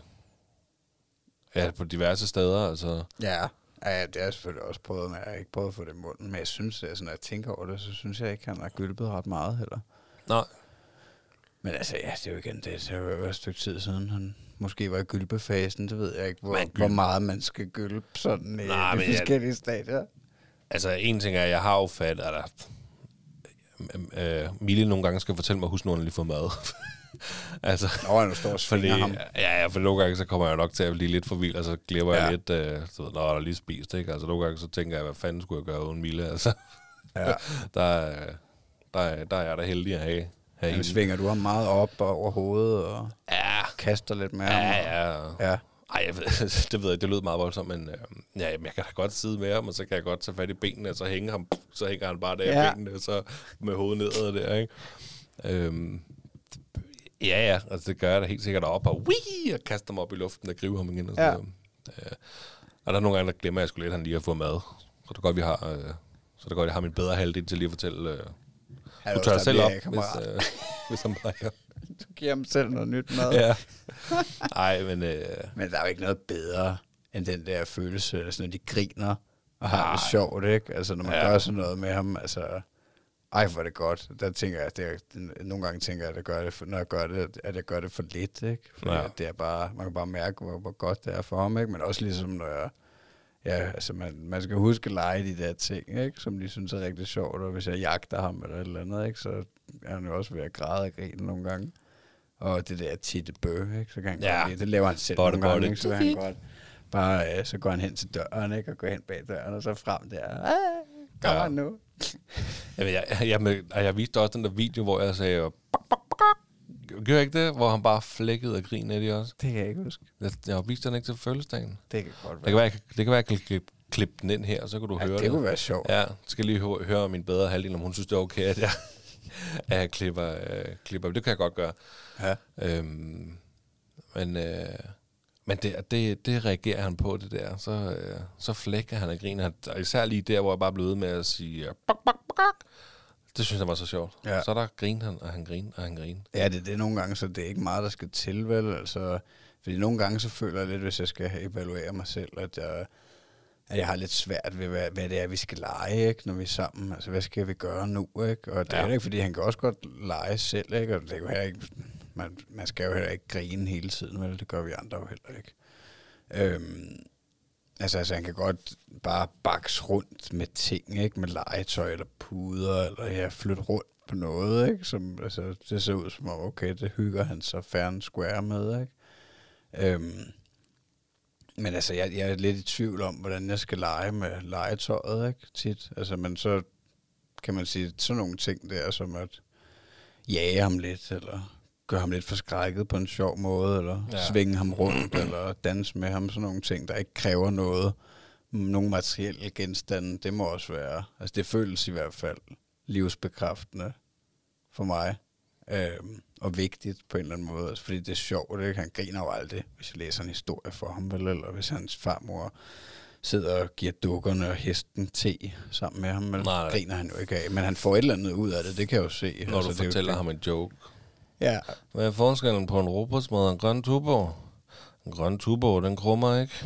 på diverse steder, altså. Ja, det har jeg selvfølgelig også prøvet, men jeg har ikke prøvet at få det i munden. Men jeg synes, at når jeg tænker over det, så synes jeg ikke, han har gylpet ret meget heller. Nej. Men altså, ja, det er jo igen det. Det er jo et stykke tid siden, han måske var i gylpefasen. Det ved jeg ikke, hvor meget man skal gylpe sådan i de forskellige stadier. Altså, en ting er, at jeg har jo fat, at Mille nogle gange skal fortælle mig, husk nu, han lige får mad. Altså, nu står og svinger ham. Ja, for nogle gange, så kommer jeg nok til at blive lidt for vild, og så glemmer jeg lidt, når der er lige spist, ikke? Altså, nogle gange, så tænker jeg, hvad fanden skulle jeg gøre uden Mille? Altså, der er jeg da heldig at have. Men svinger du ham meget op og over hovedet, og kaster lidt med ham? Ja. Ej, det ved jeg, det lød meget voldsomt, men jeg kan da godt sidde med ham, og så kan jeg godt tage fat i benene, og så hænger han bare der i benene, og så med hovedet nedad der, ikke? Altså det gør jeg da helt sikkert op, og og kaster mig op i luften og griber ham igen. Og så, og der er nogle gange, der glemmer jeg sgu lidt, han lige har fået mad. Så det er godt, jeg har min bedre halvdel til lige at fortælle. Du tør selv op, hvis han brækker. Du giver ham selv noget nyt mad. Ja. Ej, men men der er jo ikke noget bedre end den der følelse, altså når de griner og har det sjovt, ikke? Altså når man gør sådan noget med ham, altså hvor er det godt. Der tænker jeg, nogle gange tænker jeg, når jeg gør det, at jeg gør det for lidt, ikke? Fordi det er bare, man kan bare mærke, hvor godt det er for ham, ikke? Men også ligesom når jeg altså man skal huske at lege de der ting, ikke? Som de synes er rigtig sjovt, og hvis jeg jagter ham eller et eller andet, ikke? Så er han jo også ved at græde og grine nogle gange. Og det der Titte Bø, ikke? Så kan han godt lide. Det laver han selv nogle gange, ikke? Så han godt bare, så går han hen til døren, ikke? Og går hen bag døren, og så frem der. Kommer han nu? Jeg viste også den der video, hvor jeg sagde, gør jeg ikke det? Hvor han bare flækkede og grinede af det også. Det kan jeg ikke huske. Jeg viste den ikke til fødselsdagen. Det kan godt være. Det kan være, jeg kan klippe den ind her, så kan du høre det. Det kunne være sjovt. Ja, skal lige høre min bedre halvdel, om hun synes, det er okay, at jeg klipper. Det kan jeg godt gøre. Ja. Men det reagerer han på, det der. Så flækker han og griner. Og især lige der, hvor jeg bare blev ved med at sige, bak, bak, bak. Det synes jeg var så sjovt. Ja. Så der grinede han, og han grinede, og han grinede. Ja, det er nogle gange, så det er ikke meget, der skal til, vel? Altså, fordi nogle gange, så føler jeg lidt, hvis jeg skal evaluere mig selv, at jeg har lidt svært ved, hvad det er, vi skal lege, ikke, når vi er sammen. Altså, hvad skal vi gøre nu, ikke? Og det er ikke, fordi han kan også godt lege selv, ikke? Og det er jo heller ikke, man skal jo heller ikke grine hele tiden, vel? Det gør vi andre jo heller ikke. Altså, han kan godt bare bakse rundt med ting, ikke? Med legetøj eller puder, eller flytte rundt på noget, ikke? Som, altså, det ser ud som om, okay, det hygger han så fair and square med, ikke? Men altså, jeg er lidt i tvivl om, hvordan jeg skal lege med legetøjet, ikke? Tit. Altså, men så kan man sige, sådan nogle ting der, som at jage ham lidt, eller gøre ham lidt forskrækket på en sjov måde, eller svinge ham rundt, eller danse med ham, sådan nogle ting, der ikke kræver nogle materielle genstande, det må også være, altså det føles i hvert fald livsbekræftende for mig, og vigtigt på en eller anden måde, altså, fordi det er sjovt, ikke? Han griner jo aldrig, hvis jeg læser en historie for ham, eller hvis hans farmor sidder og giver dukkerne og hesten te sammen med ham, men griner han jo ikke af, men han får et eller andet ud af det kan jeg jo se. Når altså, du fortæller ham en joke. Ja. Hvad er forskellen på en robotsmad og en grøn tuborg? En grøn tuborg, den krummer ikke.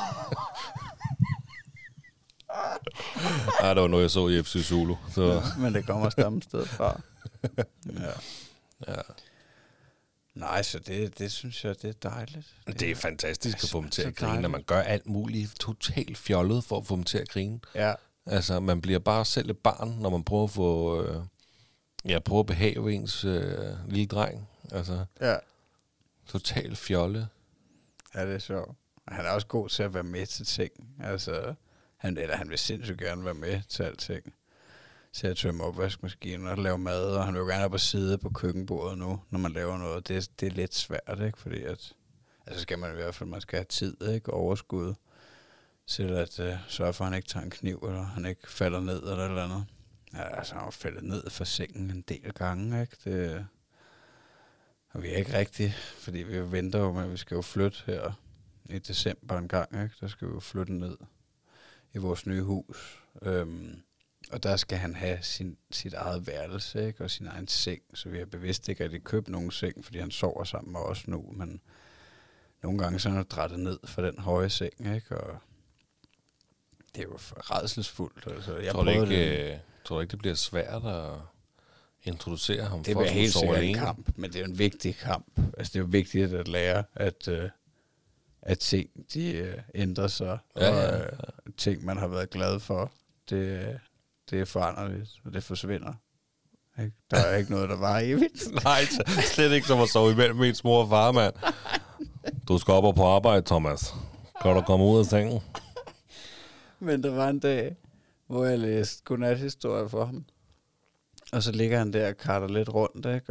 Det var noget, jeg så i FC Zulu. Så. Ja, men det kommer samme sted fra. Ja. Nej, så det synes jeg, det er dejligt. Det er fantastisk at få dem til at grine, når man gør alt muligt totalt fjollet for at få dem til at grine. Ja. Altså, man bliver bare selv et barn, når man prøver at få... prøver at behave ens lille dreng. Altså, totalt fjolle. Ja, det er sjovt. Han er også god til at være med til ting. Altså, han vil sindssygt gerne være med til alting. Til at tømme opvaskemaskinen og lave mad, og han vil jo gerne op og sidde på køkkenbordet nu, når man laver noget. Det er lidt svært, ikke? Fordi at, altså skal man i hvert fald, man skal have tid, ikke? Overskud til at sørge for, at han ikke tager en kniv, eller han ikke falder ned, eller et eller andet. Ja, altså han har faldet ned fra sengen en del gange, ikke? Det, og vi er ikke rigtigt, fordi vi venter jo med, at vi skal jo flytte her i december en gang, ikke? Der skal vi jo flytte ned i vores nye hus. Og der skal han have sit eget værelse, ikke? Og sin egen seng, så vi har bevidst ikke rigtig købt nogen seng, fordi han sover sammen med os nu, men nogle gange så er han drættet ned for den høje seng, ikke? Og det er jo rædselsfuldt. Altså, tror du ikke, det bliver svært at introducere ham? Det bliver helt sikkert en kamp, men det er jo en vigtig kamp. Altså det er jo vigtigt at lære, at ting de ændrer sig, og ting man har været glad for, det er foranderligt, og det forsvinder. Ikke? Der er ikke noget, der var evigt. Nej, slet ikke som at sove imellem ens mor og far, mand. Du skal op og på arbejde, Thomas. Kan du komme ud af sengen? Men der var en dag, hvor jeg læste godnathistorie for ham. Og så ligger han der og karter lidt rundt, ikke?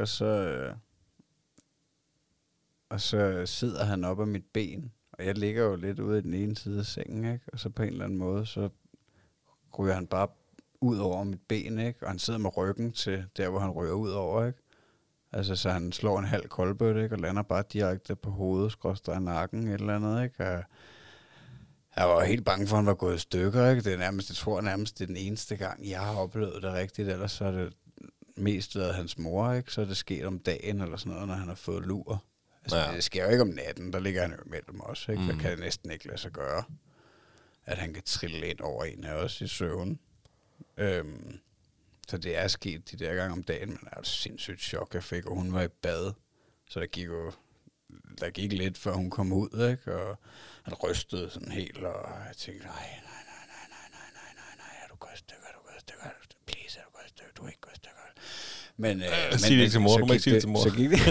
Og så sidder han op af mit ben. Og jeg ligger jo lidt ude i den ene side af sengen, ikke? Og så på en eller anden måde, så ryger han bare ud over mit ben, ikke? Og han sidder med ryggen til der, hvor han ryger ud over, ikke? Altså, så han slår en halv koldbøtte, ikke? Og lander bare direkte på hovedet, skråstrej nakken, et eller andet, ikke? Og jeg var helt bange for, at han var gået i stykker, ikke? Jeg tror nærmest, det er den eneste gang, jeg har oplevet det rigtigt, ellers så er det mest været hans mor, ikke? Så er det sket om dagen, eller sådan noget, når han har fået lur. Altså, det sker jo ikke om natten, der ligger han jo mellem os, ikke? Der kan det næsten ikke lade sig gøre, at han kan trille ind over en af os i søvn. Så det er sket de der gange om dagen, men det er et sindssygt chok, jeg fik, og hun var i bad, så der gik lidt, før hun kom ud, ikke? Og han rystede sådan helt, og jeg tænkte, nej, er du gået i stykker, please, er du gået i stykker, du er ikke gået i stykker. Men sig det ikke til mor, du må ikke sige det til mor. Så gik det.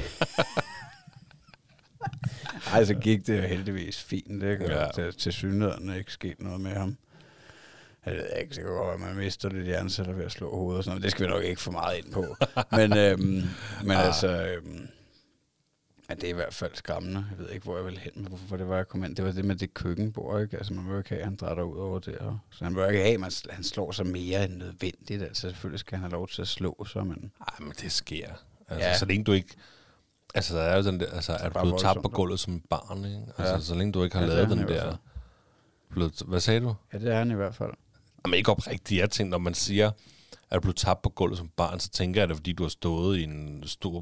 Ej, så gik det jo heldigvis fint, ikke? Og til synligheden ikke sket noget med ham. Jeg ved ikke, det kan godt være, at man mister lidt hjerneceller ved at slå hovedet og sådan noget. Det skal vi nok ikke få meget ind på. Men altså, det er i hvert fald skræmmende. Jeg ved ikke, hvor jeg vil hen med, hvorfor det var, jeg kom ind. Det var det med det køkkenbord, ikke? Altså, man vil jo ikke have, at han drætter ud over det. Så han vil jo ikke have, at han slår sig mere end nødvendigt. Altså, selvfølgelig skal han have lov til at slå sig, men... Ej, men det sker. Altså, så længe du ikke... Altså, der er jo sådan der, altså, er du blevet tabt på gulvet som et barn, ikke? Altså, så længe du ikke har lavet den der... Hvad sagde du? Ja, det er han i hvert fald. Jamen ikke oprigtigt. Jeg tænker, når man siger, at du blev tabt på gulvet som barn, så tænker jeg, at det er, fordi du har stået i en stor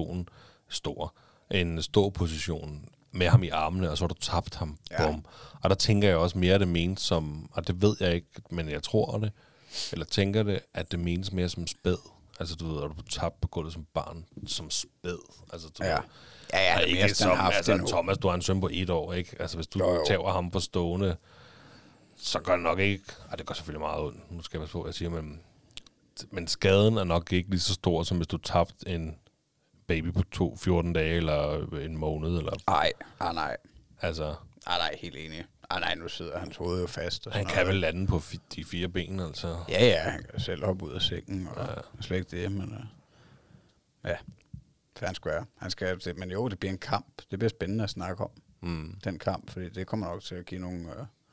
position med ham i armene, og så har du tabt ham. Bum. Og der tænker jeg også mere, at det menes som, og det ved jeg ikke, men jeg tror det, eller tænker det, at det menes mere som spæd. Altså du ved, at du blev tabt på gulvet som barn, som spæd. Altså du ved, ikke som, altså Thomas, du har en søn på 1 år, ikke? Altså hvis du tager ham på stående, så gør det nok ikke... det går selvfølgelig meget ondt. Nu skal jeg passe på, hvad jeg siger, men skaden er nok ikke lige så stor, som hvis du tabte en baby på 14 dage, eller en måned, eller... Nej. Altså... Nej, helt enig. Nej, nu sidder hans hoved jo fast. Og Han kan vel lande på de 4 ben, altså. Ja, han kan selv hoppe ud af sengen, og slet ikke det, men ja, fair square. Han skal, men jo, det bliver en kamp. Det bliver spændende at snakke om, den kamp, fordi det kommer nok til at give nogle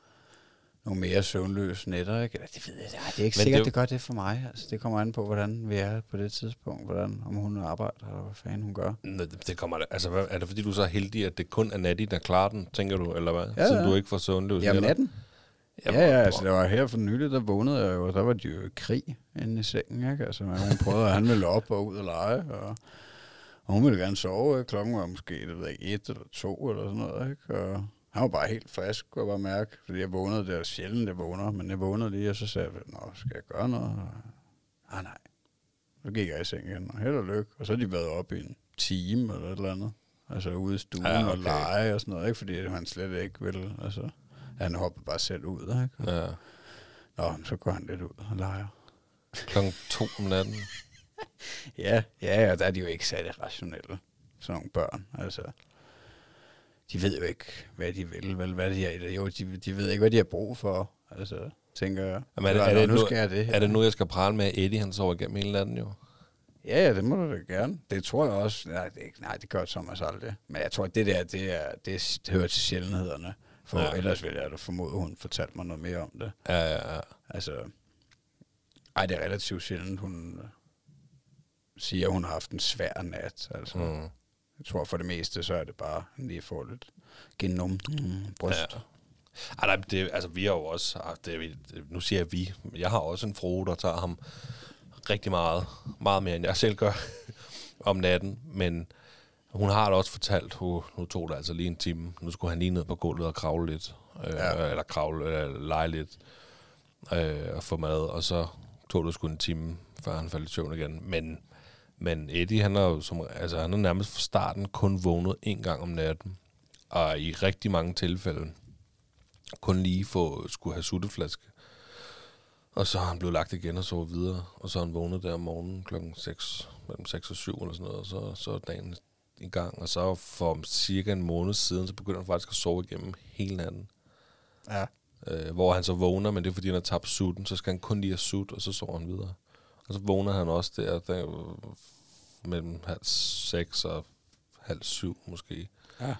mere søvnløse nætter, ikke? Eller, det ved jeg, det er ikke sikkert, det gør det for mig. Altså, det kommer an på, hvordan vi er på det tidspunkt, om hun arbejder, eller hvad fanden hun gør. Det kommer da. Altså, er det fordi, du er så heldig, at det kun er Natty, der klarer den, tænker du, eller hvad? Ja, så du ikke får søvnløs? Jamen natten. Ja, altså det var her for nylig, der vågnede jeg jo, der var de jo i krig inde i sengen, ikke? Altså, hun prøvede, at han ville op og ud og lege, og hun ville gerne sove, ikke? Klokken var måske, det ved jeg ikke, 1 eller 2 eller sådan noget, ikke? Og han var bare helt frisk, kunne jeg bare mærke, fordi jeg vågnede, det er sjældent, jeg vågner, men jeg vågnede lige, og så sagde jeg, skal jeg gøre noget? Nej. Så gik jeg i seng igen, og held og lykke, og så har de været op i en time eller et eller andet, altså ude i stuen og lege og sådan noget, ikke? Fordi han slet ikke ville, altså. Han hopper bare selv ud, ikke? Ja. Nå, så går han lidt ud og leger. Klokken 2 om natten. Ja, og der er de jo ikke særlig rationelle, sådan nogle børn. Altså, de ved jo ikke, hvad de vil, vel, hvad de er. Jo, de ved ikke, hvad de har brug for, altså, tænker jeg. Jamen, er det nu, jeg skal prale med, at Eddie, han sover igennem hele natten, jo? Ja, det må du da gerne. Det tror jeg også. Nej, det gør Thomas aldrig. Men jeg tror, at det hører til sjældenhederne. For ellers ville jeg da formode, hun fortalte mig noget mere om det. Ja. Altså, det er relativt sjældent, hun siger, at hun har haft en svær nat. Altså, jeg tror for det meste, så er det bare, at han lige får lidt bryst. Ja. Altså, vi har jo også haft nu siger jeg vi. Jeg har også en frue, der tager ham rigtig meget mere, end jeg selv gør om natten, men hun har da også fortalt, nu tog det altså lige en time. Nu skulle han lige ned på gulvet og kravle lidt. Eller lege lidt. Og få mad. Og så tog det sgu en time, før han faldt i søvn igen. Men Eddie, han er nærmest fra starten kun vågnet 1 gang om natten. Og i rigtig mange tilfælde kun lige skulle have sutteflaske. Og så har han blevet lagt igen og sovet videre. Og så har han vågnet der om morgenen klokken 6, mellem 6 og 7 eller sådan noget. Og så er dagen i gang, og så for cirka en måned siden, så begynder han faktisk at sove igennem hele natten. Ja. Hvor han så vågner, men det er fordi, han har tabt sutten, så skal han kun lige have sut, og så sover han videre. Og så vågner han også der mellem 6 og 6:30 måske. Ja.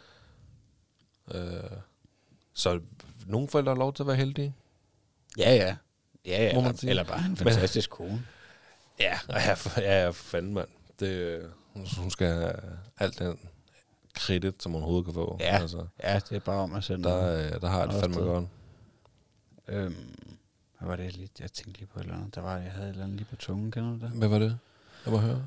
Så nogle forældre har lov til at være heldige. Ja. Eller bare en fantastisk kone. Ja, fanden mand. Hun skal have alt den kredit, som hun overhovedet kan få. Ja, altså. Ja, det er bare om at sende. Der har jeg det fandme godt. Hvad var det lige? Jeg tænkte lige på et eller andet. Jeg havde et eller andet lige på tungen, kender du det? Hvad var det? Jeg må høre.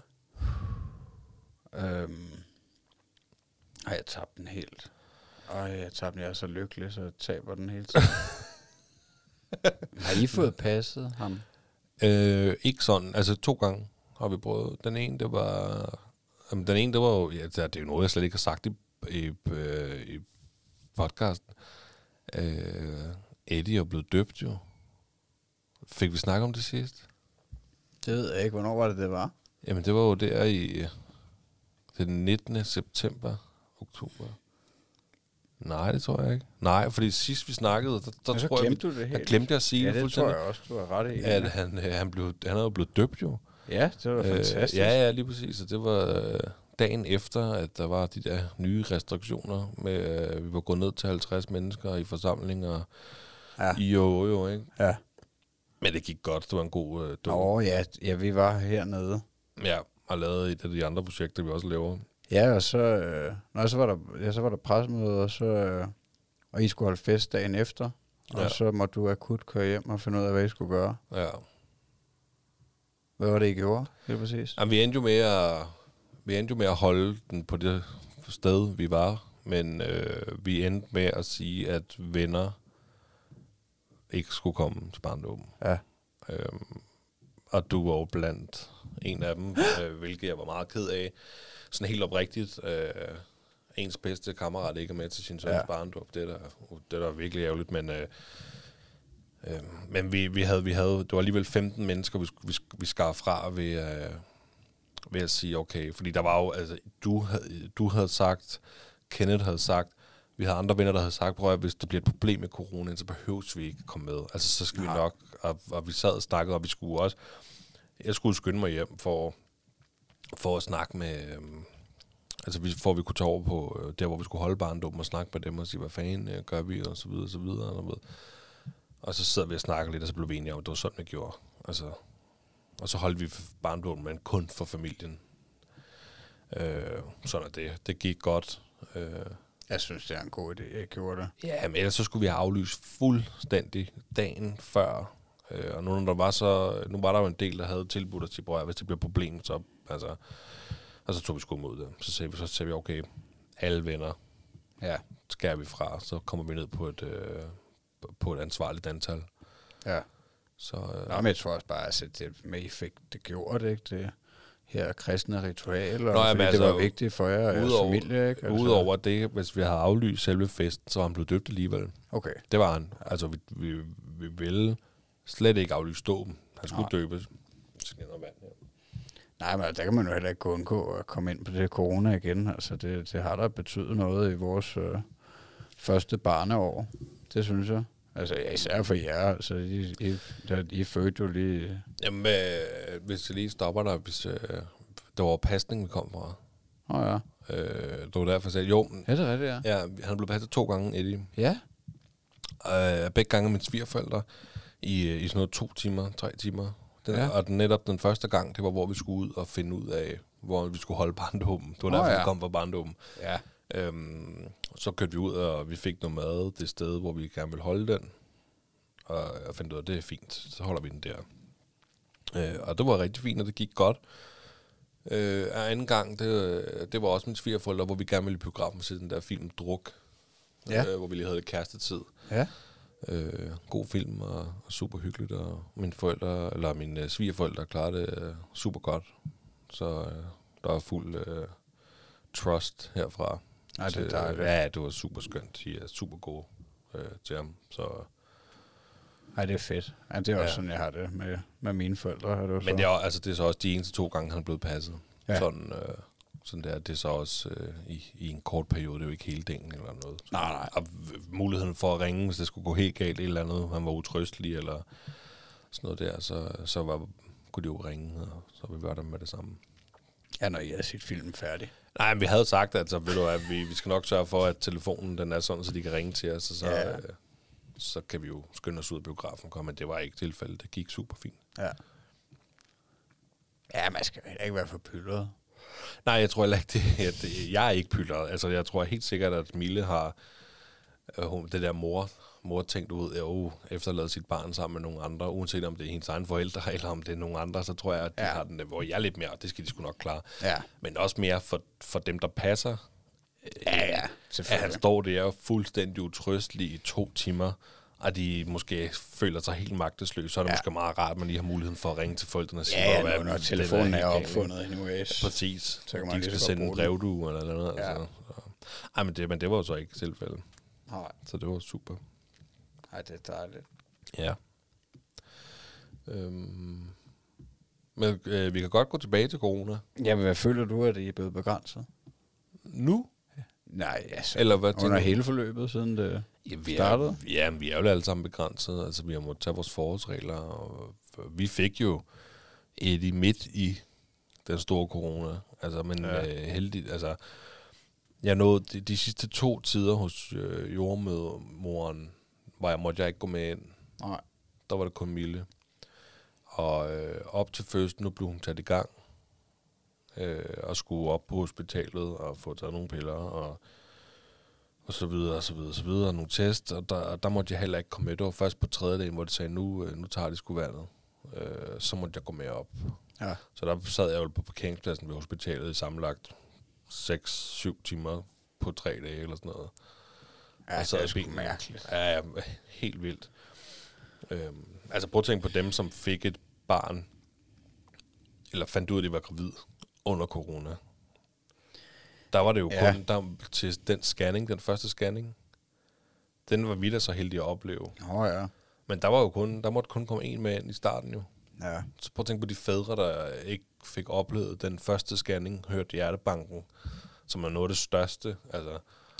Jeg tabte den helt. Jeg er så lykkelig, så jeg taber den hele tiden. Har I fået passet ham? Ikke sådan. Altså 2 gange har vi prøvet. Den ene, det var jo... Ja, det er jo noget, jeg slet ikke har sagt i podcasten. Eddie er blevet døbt jo. Fik vi snakket om det sidst? Det ved jeg ikke. Hvornår var det var? Jamen, det var jo der i den 19. september, oktober. Nej, det tror jeg ikke. Nej, fordi sidst vi snakkede, der tror jeg, der glemte jeg at sige det fuldstændig. Det tror jeg også, du har ret i. At han er jo blevet døbt jo. Ja, det var fantastisk. Ja, lige præcis. Og det var dagen efter, at der var de der nye restriktioner med, vi var gået ned til 50 mennesker i forsamlinger i jo, ikke? Ja. Men det gik godt. Det var en god ja, vi var hernede. Ja, og lavede et af de andre projekter, vi også laver. Ja, og så var der pressemøde, og I skulle holde fest dagen efter, og så måtte du akut køre hjem og finde ud af, hvad I skulle gøre. Ja. Hvad var det, I gjorde? Helt præcis. Jamen, vi endte jo med at holde den på det sted, vi var, men vi endte med at sige, at venner ikke skulle komme til barndåben. Ja. Og du var jo blandt en af dem, hvilket jeg var meget ked af. Sådan helt oprigtigt, ens bedste kammerat ikke er med til sin søns barndåb. Det er der virkelig ærgerligt, men vi havde, det var alligevel 15 mennesker, vi skar fra ved at sige, okay, fordi der var jo, altså, du havde sagt, Kenneth havde sagt, vi havde andre venner, der havde sagt, prøv at hvis der bliver et problem med corona, så behøves vi ikke komme med. Altså, så skal vi nok, og vi sad og snakkede, og vi skulle også, jeg skulle skynde mig hjem for at snakke med, for at vi kunne tage over på der, hvor vi skulle holde barndom og snakke med dem og sige, hvad fanden gør vi, og så videre, og så videre. Og så sidder vi og snakker lidt, og så blev vi enige om, at det var sådan, vi gjorde. Altså, og så holdt vi barndom, men kun for familien. Sådan er det. Det gik godt. Jeg synes, det er en god idé, jeg gjorde det. Ja, men ellers så skulle vi have aflyst fuldstændig dagen før. Og nu var der jo en del, der havde tilbudt os til, hvis det bliver et problem, så altså, og så tog vi sgu mod det. Så sagde vi, okay, alle venner, skærer vi fra, så kommer vi ned på et ansvarligt antal. Ja. Så, men jeg tror også bare, at det med, I fik det gjort, ikke? Det her kristne ritual, det var vigtigt for jer og jeres familie, ikke? Altså. Udover det, hvis vi havde aflyst selve festen, så var han blevet døbt alligevel. Okay. Det var han. Altså, vi ville slet ikke aflyse dåben. Han skulle døbes. Nej, men der kan man jo heller ikke undgå at komme ind på det corona igen. Altså, det har da betydet noget i vores første barneår. Det synes jeg. Altså, især for jer. Altså, I fødte jo lige... Jamen, hvis jeg lige stopper der, hvis der var pasning, vi kom fra. Ja. Det var derfor, jeg sagde, jo... Ja, det er rigtigt, ja. Ja, han blev passet 2 gange, Eddie. Ja. Begge gange mine svigerforældre i sådan noget 2 timer, 3 timer. Og netop den første gang, det var, hvor vi skulle ud og finde ud af, hvor vi skulle holde barndåben. Det var derfor, vi kom fra barndåben. Ja. Så kørte vi ud, og vi fik noget mad det sted, hvor vi gerne ville holde den. Og jeg fandt ud af, at det er fint. Så holder vi den der. Og det var rigtig fint, og det gik godt. Anden gang, det var også min svigerforældre, hvor vi gerne ville i biografen se den der film Druk. Ja. Hvor vi lige havde kærestetid. Ja. God film og super hyggeligt, og mine svigerforældre klarede det super godt. Så der er fuld trust herfra. Ej, det er dejligt. Ja, det var super skønt. De er super gode til ham. Så. Ej, det er fedt. Ja, det er også sådan, jeg har det med mine forældre. Men det er, det er så også de eneste 2 gange, han er blevet passet. Ja. Sådan der, det er så også i en kort periode, det er jo ikke hele dagen eller noget. Nej. Og muligheden for at ringe, hvis det skulle gå helt galt, et eller andet, han var utrøstelig eller sådan noget der, så kunne de jo ringe, og så ville vi gøre det med det samme. Ja, når I havde set filmen færdig. Nej, men vi havde sagt, at vi skal nok sørge for, at telefonen den er sådan, så de kan ringe til os, og så kan vi jo skynde os ud af biografen, men det var ikke tilfældet. Det gik super fint. Ja. Ja, man skal ikke være for pyldret. Nej, jeg tror heller ikke, jeg er ikke pyldret. Altså, jeg tror helt sikkert, at Mille har det der mor tænkt ud, efterladet sit barn sammen med nogle andre, uanset om det er hendes egen forældre, eller om det er nogle andre, så tror jeg, at de har den, hvor jeg er lidt mere, det skal de sgu nok klare. Ja. Men også mere for dem, der passer. Ja, selvfølgelig. At han står der fuldstændig utrøstelig i 2 timer, og de måske føler sig helt magtesløse, så er det måske meget rart, at man lige har muligheden for at ringe til forældrene og sige, når telefonen er opfundet anyways. Præcis. Så kan man de skal sende en brevdue eller noget. Ja. Altså. Ej, men det var jo så ikke tilfældet. Nej. Så det var super. Ej, det er dejligt. Ja. Men vi kan godt gå tilbage til corona. Jamen, hvad føler du, at I er blevet begrænset? Nu? Nej, altså. Eller hvad under hele forløbet, siden det startede? Ja, vi er jo alle sammen begrænset. Altså, vi har måttet tage vores forholdsregler. Og vi fik jo Eddie midt i den store corona. Altså, men heldigt, altså... Jeg nåede de sidste 2 tider hos jordmoren, måtte jeg ikke gå med ind. Nej. Der var det kun Mille. Og op til fødslen, nu blev hun taget i gang. Og skulle op på hospitalet og få taget nogle piller og så videre, og så videre, og så videre, og nogle test. Og der måtte jeg heller ikke komme med. Det var først på 3. dagen, hvor de sagde, nu tager de sgu vandet. Så måtte jeg gå med op. Ja. Så der sad jeg jo på parkeringspladsen ved hospitalet i sammenlagt 6-7 timer på 3 dage eller sådan noget. Ja, det er sgu mærkeligt. Ja, helt vildt. Altså prøv at tænke på dem, som fik et barn, eller fandt ud af, at de var gravid under corona. Der var det jo kun til den scanning, den første scanning. Den var vi da så heldige at opleve. Ja. Men der måtte kun komme 1 med ind i starten jo. Ja. Så prøv at tænke på de fædre, der ikke fik oplevet den første scanning, hørt hjertebanken, som er noget af det største. Altså,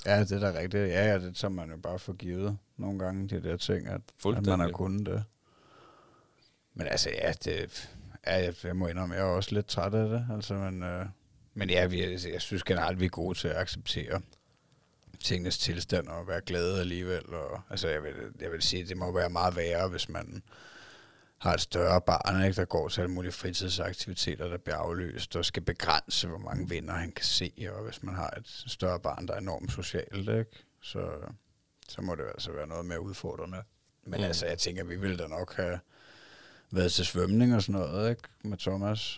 Ja, det er da rigtigt. Ja, det tager man jo bare for givet nogle gange, de der ting, at man har kunnet det. Men altså, ja, jeg må indrømme, jeg er også lidt træt af det. Altså, men ja, jeg synes generelt, vi er gode til at acceptere tingenes tilstand og være glade alligevel. Og, altså, jeg vil sige, det må være meget værre, hvis man har et større barn, ikke, der går til alle mulige fritidsaktiviteter, der bliver aflyst, og skal begrænse, hvor mange venner han kan se, og hvis man har et større barn, der er enormt socialt, ikke, så må det altså være noget mere udfordrende. Men altså, jeg tænker, vi ville da nok have været til svømning og sådan noget, ikke, med Thomas.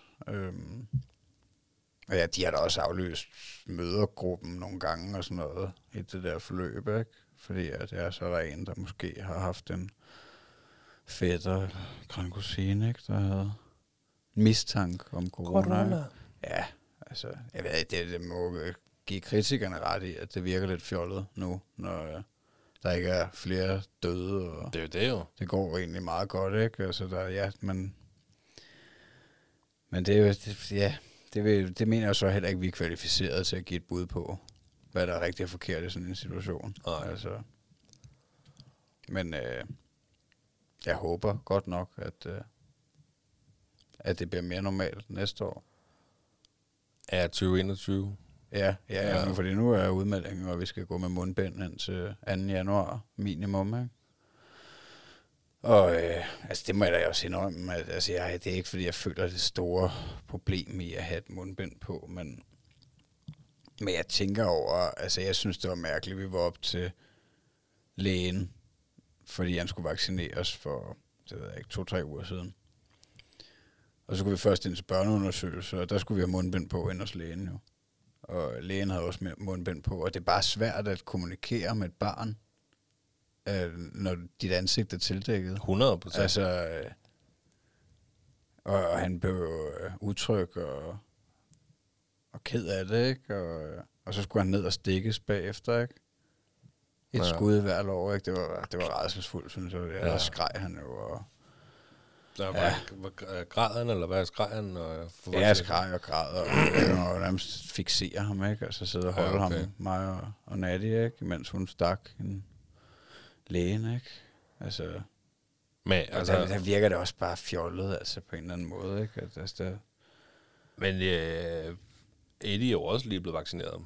Og ja, de har da også aflyst mødergruppen nogle gange og sådan noget i det der forløb, ikke, fordi at så er der en, der måske har haft en fætter, grand kusine, ikke, der havde mistanke om corona. Ja, altså, jeg ved, det må give kritikerne ret i, at det virker lidt fjollet nu, når der ikke er flere døde. Og det er jo det jo. Det går egentlig meget godt, ikke? Altså, men det er jo, det mener jeg så heller ikke, vi er kvalificeret til at give et bud på, hvad der er rigtig og forkert i sådan en situation. Altså, men jeg håber godt nok, at det bliver mere normalt næste år. Er 2021? Ja, fordi nu er udmeldingen, og vi skal gå med mundbind indtil 2. januar minimum, ikke? Og altså det må jeg da også indrømme, at altså, det er ikke, fordi jeg føler det store problem i at have et mundbind på, men jeg tænker over, altså jeg synes, det var mærkeligt, vi var op til lægen, fordi han skulle vaccineres for, det ved jeg ikke, 2-3 uger siden. Og så skulle vi først ind til børneundersøgelse, og der skulle vi have mundbind på ind hos lægen jo. Og lægen havde også mundbind på, og det er bare svært at kommunikere med et barn, når dit ansigt er tildækket. 100%. Altså, og han blev utryg og ked af det, ikke? Og så skulle han ned og stikkes bagefter, ikke? Et skud hver lår, ikke? Det var rædselsfuldt, synes jeg. Ja. Der skreg han jo, og græd han, eller hvad skreg han? Ja, jeg skreg og græd, og nærmest fixere ham, ikke? Altså sidde og holde ham, mig og Nadia, ikke? Mens hun stak en lægen, ikke? Altså, men altså, der virker det også bare fjollet, altså på en eller anden måde, ikke? Altså, men Eddie er jo også lige blevet vaccineret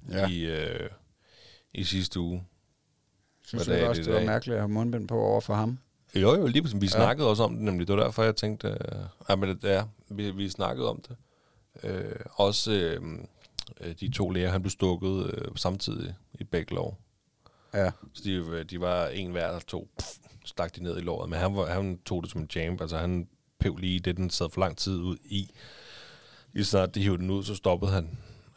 i sidste uge. Synes du også, det var mærkeligt at have mundbind på over for ham? Jo, lige pludselig. Vi snakkede også om det, nemlig. Det var derfor, jeg tænkte, vi snakkede om det. Også de 2 læger, han blev stukket samtidig i begge lår. Ja. Så de var en hver, der stak de ned i låret. Men han tog det som en jam. Altså han pev lige det, den sad for lang tid ud i. Lige snart de hivede den ud, så stoppede han.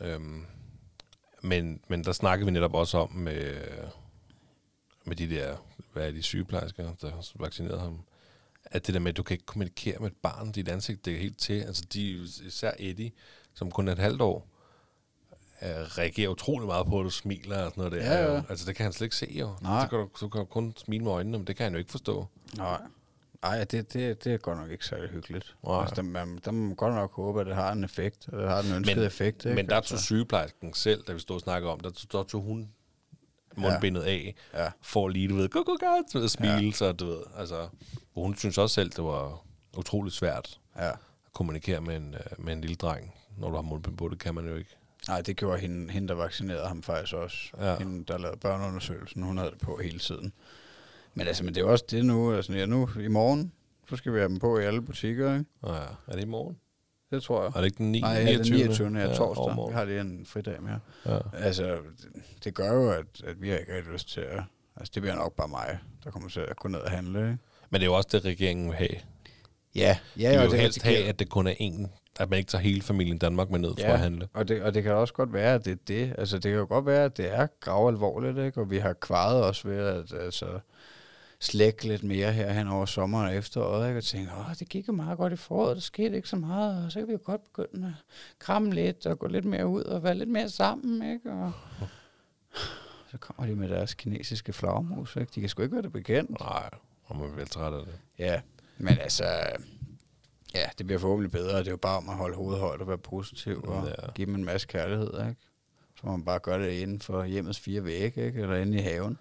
Men der snakkede vi netop også om med de der, hvad er de sygeplejersker, der vaccinerede ham, at det der med, at du kan ikke kommunikere med et barn, dit ansigt, det er helt til. Altså især Eddie, som kun er et halvt år, reagerer utrolig meget på, at du smiler og sådan noget der. Ja. Altså det kan han slet ikke se jo. Du kan kun smile med øjnene, men det kan han jo ikke forstå. Nej, det er godt nok ikke særlig hyggeligt. Altså, der må godt nok håbe, at det har en effekt, og det har den ønskede effekt. Ikke? Men der tog sygeplejersken selv, da vi stod og snakkede om, der tog hun mundbindet af, for lige, du ved, gå, smile, så du ved, altså, hun synes også selv, det var utroligt svært at kommunikere med en lille dreng, når du har mundbind på, det kan man jo ikke. Nej, det gjorde hende, der vaccinerede ham faktisk også. Ja. Hende, der lavede børneundersøgelsen, hun havde det på hele tiden. Men altså, det er jo også det nu, altså nu i morgen, så skal vi have dem på i alle butikker, ikke? Ja, er det i morgen? Det tror jeg. Er det ikke den 29. Nej, den 29. Torsdag. Vi har lige en fridag mere. Ja. Altså, det gør jo, at vi har ikke rigtig lyst til at... Altså, det bliver nok bare mig, der kommer til at gå ned og handle, ikke? Men det er jo også det, regeringen vil have. Ja. De vil jo helst have, at det kun er én, at man ikke tager hele familien Danmark med ned for at handle. Og det kan også godt være, at det er det. Altså, det kan jo godt være, at det er gravalvorligt, ikke? Og vi har kvaret også ved at slække lidt mere her hen over sommeren og efteråret, ikke? Og tænke, det gik jo meget godt i foråret, der skete ikke så meget, og så kan vi jo godt begynde at kramme lidt og gå lidt mere ud og være lidt mere sammen, ikke? Og så kommer de med deres kinesiske flagmus, ikke? De kan sgu ikke være det bekendt. Nej, og man er vel træt af det. Ja, men altså... Ja, det bliver forhåbentlig bedre. Det er jo bare om at holde hovedet højt og være positiv og give dem en masse kærlighed, ikke? Så så må man bare gøre det inden for hjemmets 4 vægge, ikke? Eller inde i haven.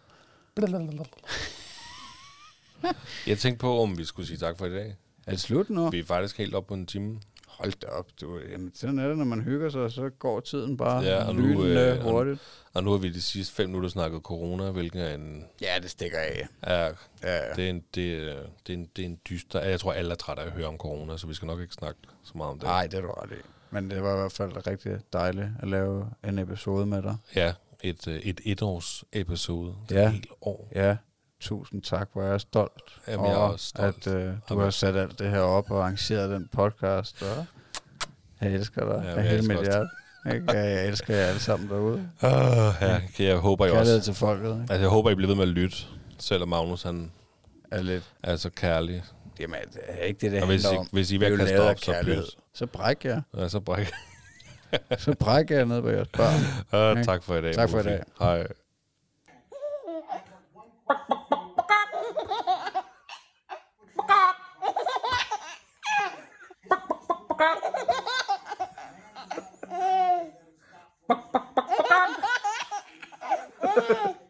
Jeg tænkte på, om vi skulle sige tak for i dag. Er det slut nu? Vi er faktisk helt op på en time. Hold da op, du. Jamen, sådan er det, når man hygger sig, så går tiden bare og lynende hurtigt. Og nu har vi de sidste 5 minutter snakket corona, hvilket er en... Ja, det stikker af. Ja, Ja. det er en dyster... Jeg tror, alle er trætte af at høre om corona, så vi skal nok ikke snakke så meget om det. Nej, det er du ret i. Men det var i hvert fald rigtig dejligt at lave en episode med dig. Ja, et etårs episode. Det Ja. er et helt år. Ja, tusind tak, hvor jeg er stolt Jamen, jeg er over, også stolt. at du har sat alt det her op og arrangeret den podcast. Og jeg elsker dig af hele mit hjerte. Ikke? Jeg elsker jer alle sammen derude. Jeg håber, I Kærlighed også... til folket. Ikke? Altså, jeg håber, I bliver ved med at lytte, selvom Magnus, han Er lidt, er så kærlig. jamen, det er ikke det Og handler om. hvis I Vi er vil jo kaste lavet af op, så kærlighed. pyt. Så bræk jer. Ja, så bræk. Så bræk jer ned på jeres børn. Tak for i dag. Tak for i Mufi. dag. Hej. Bak bak bak bak.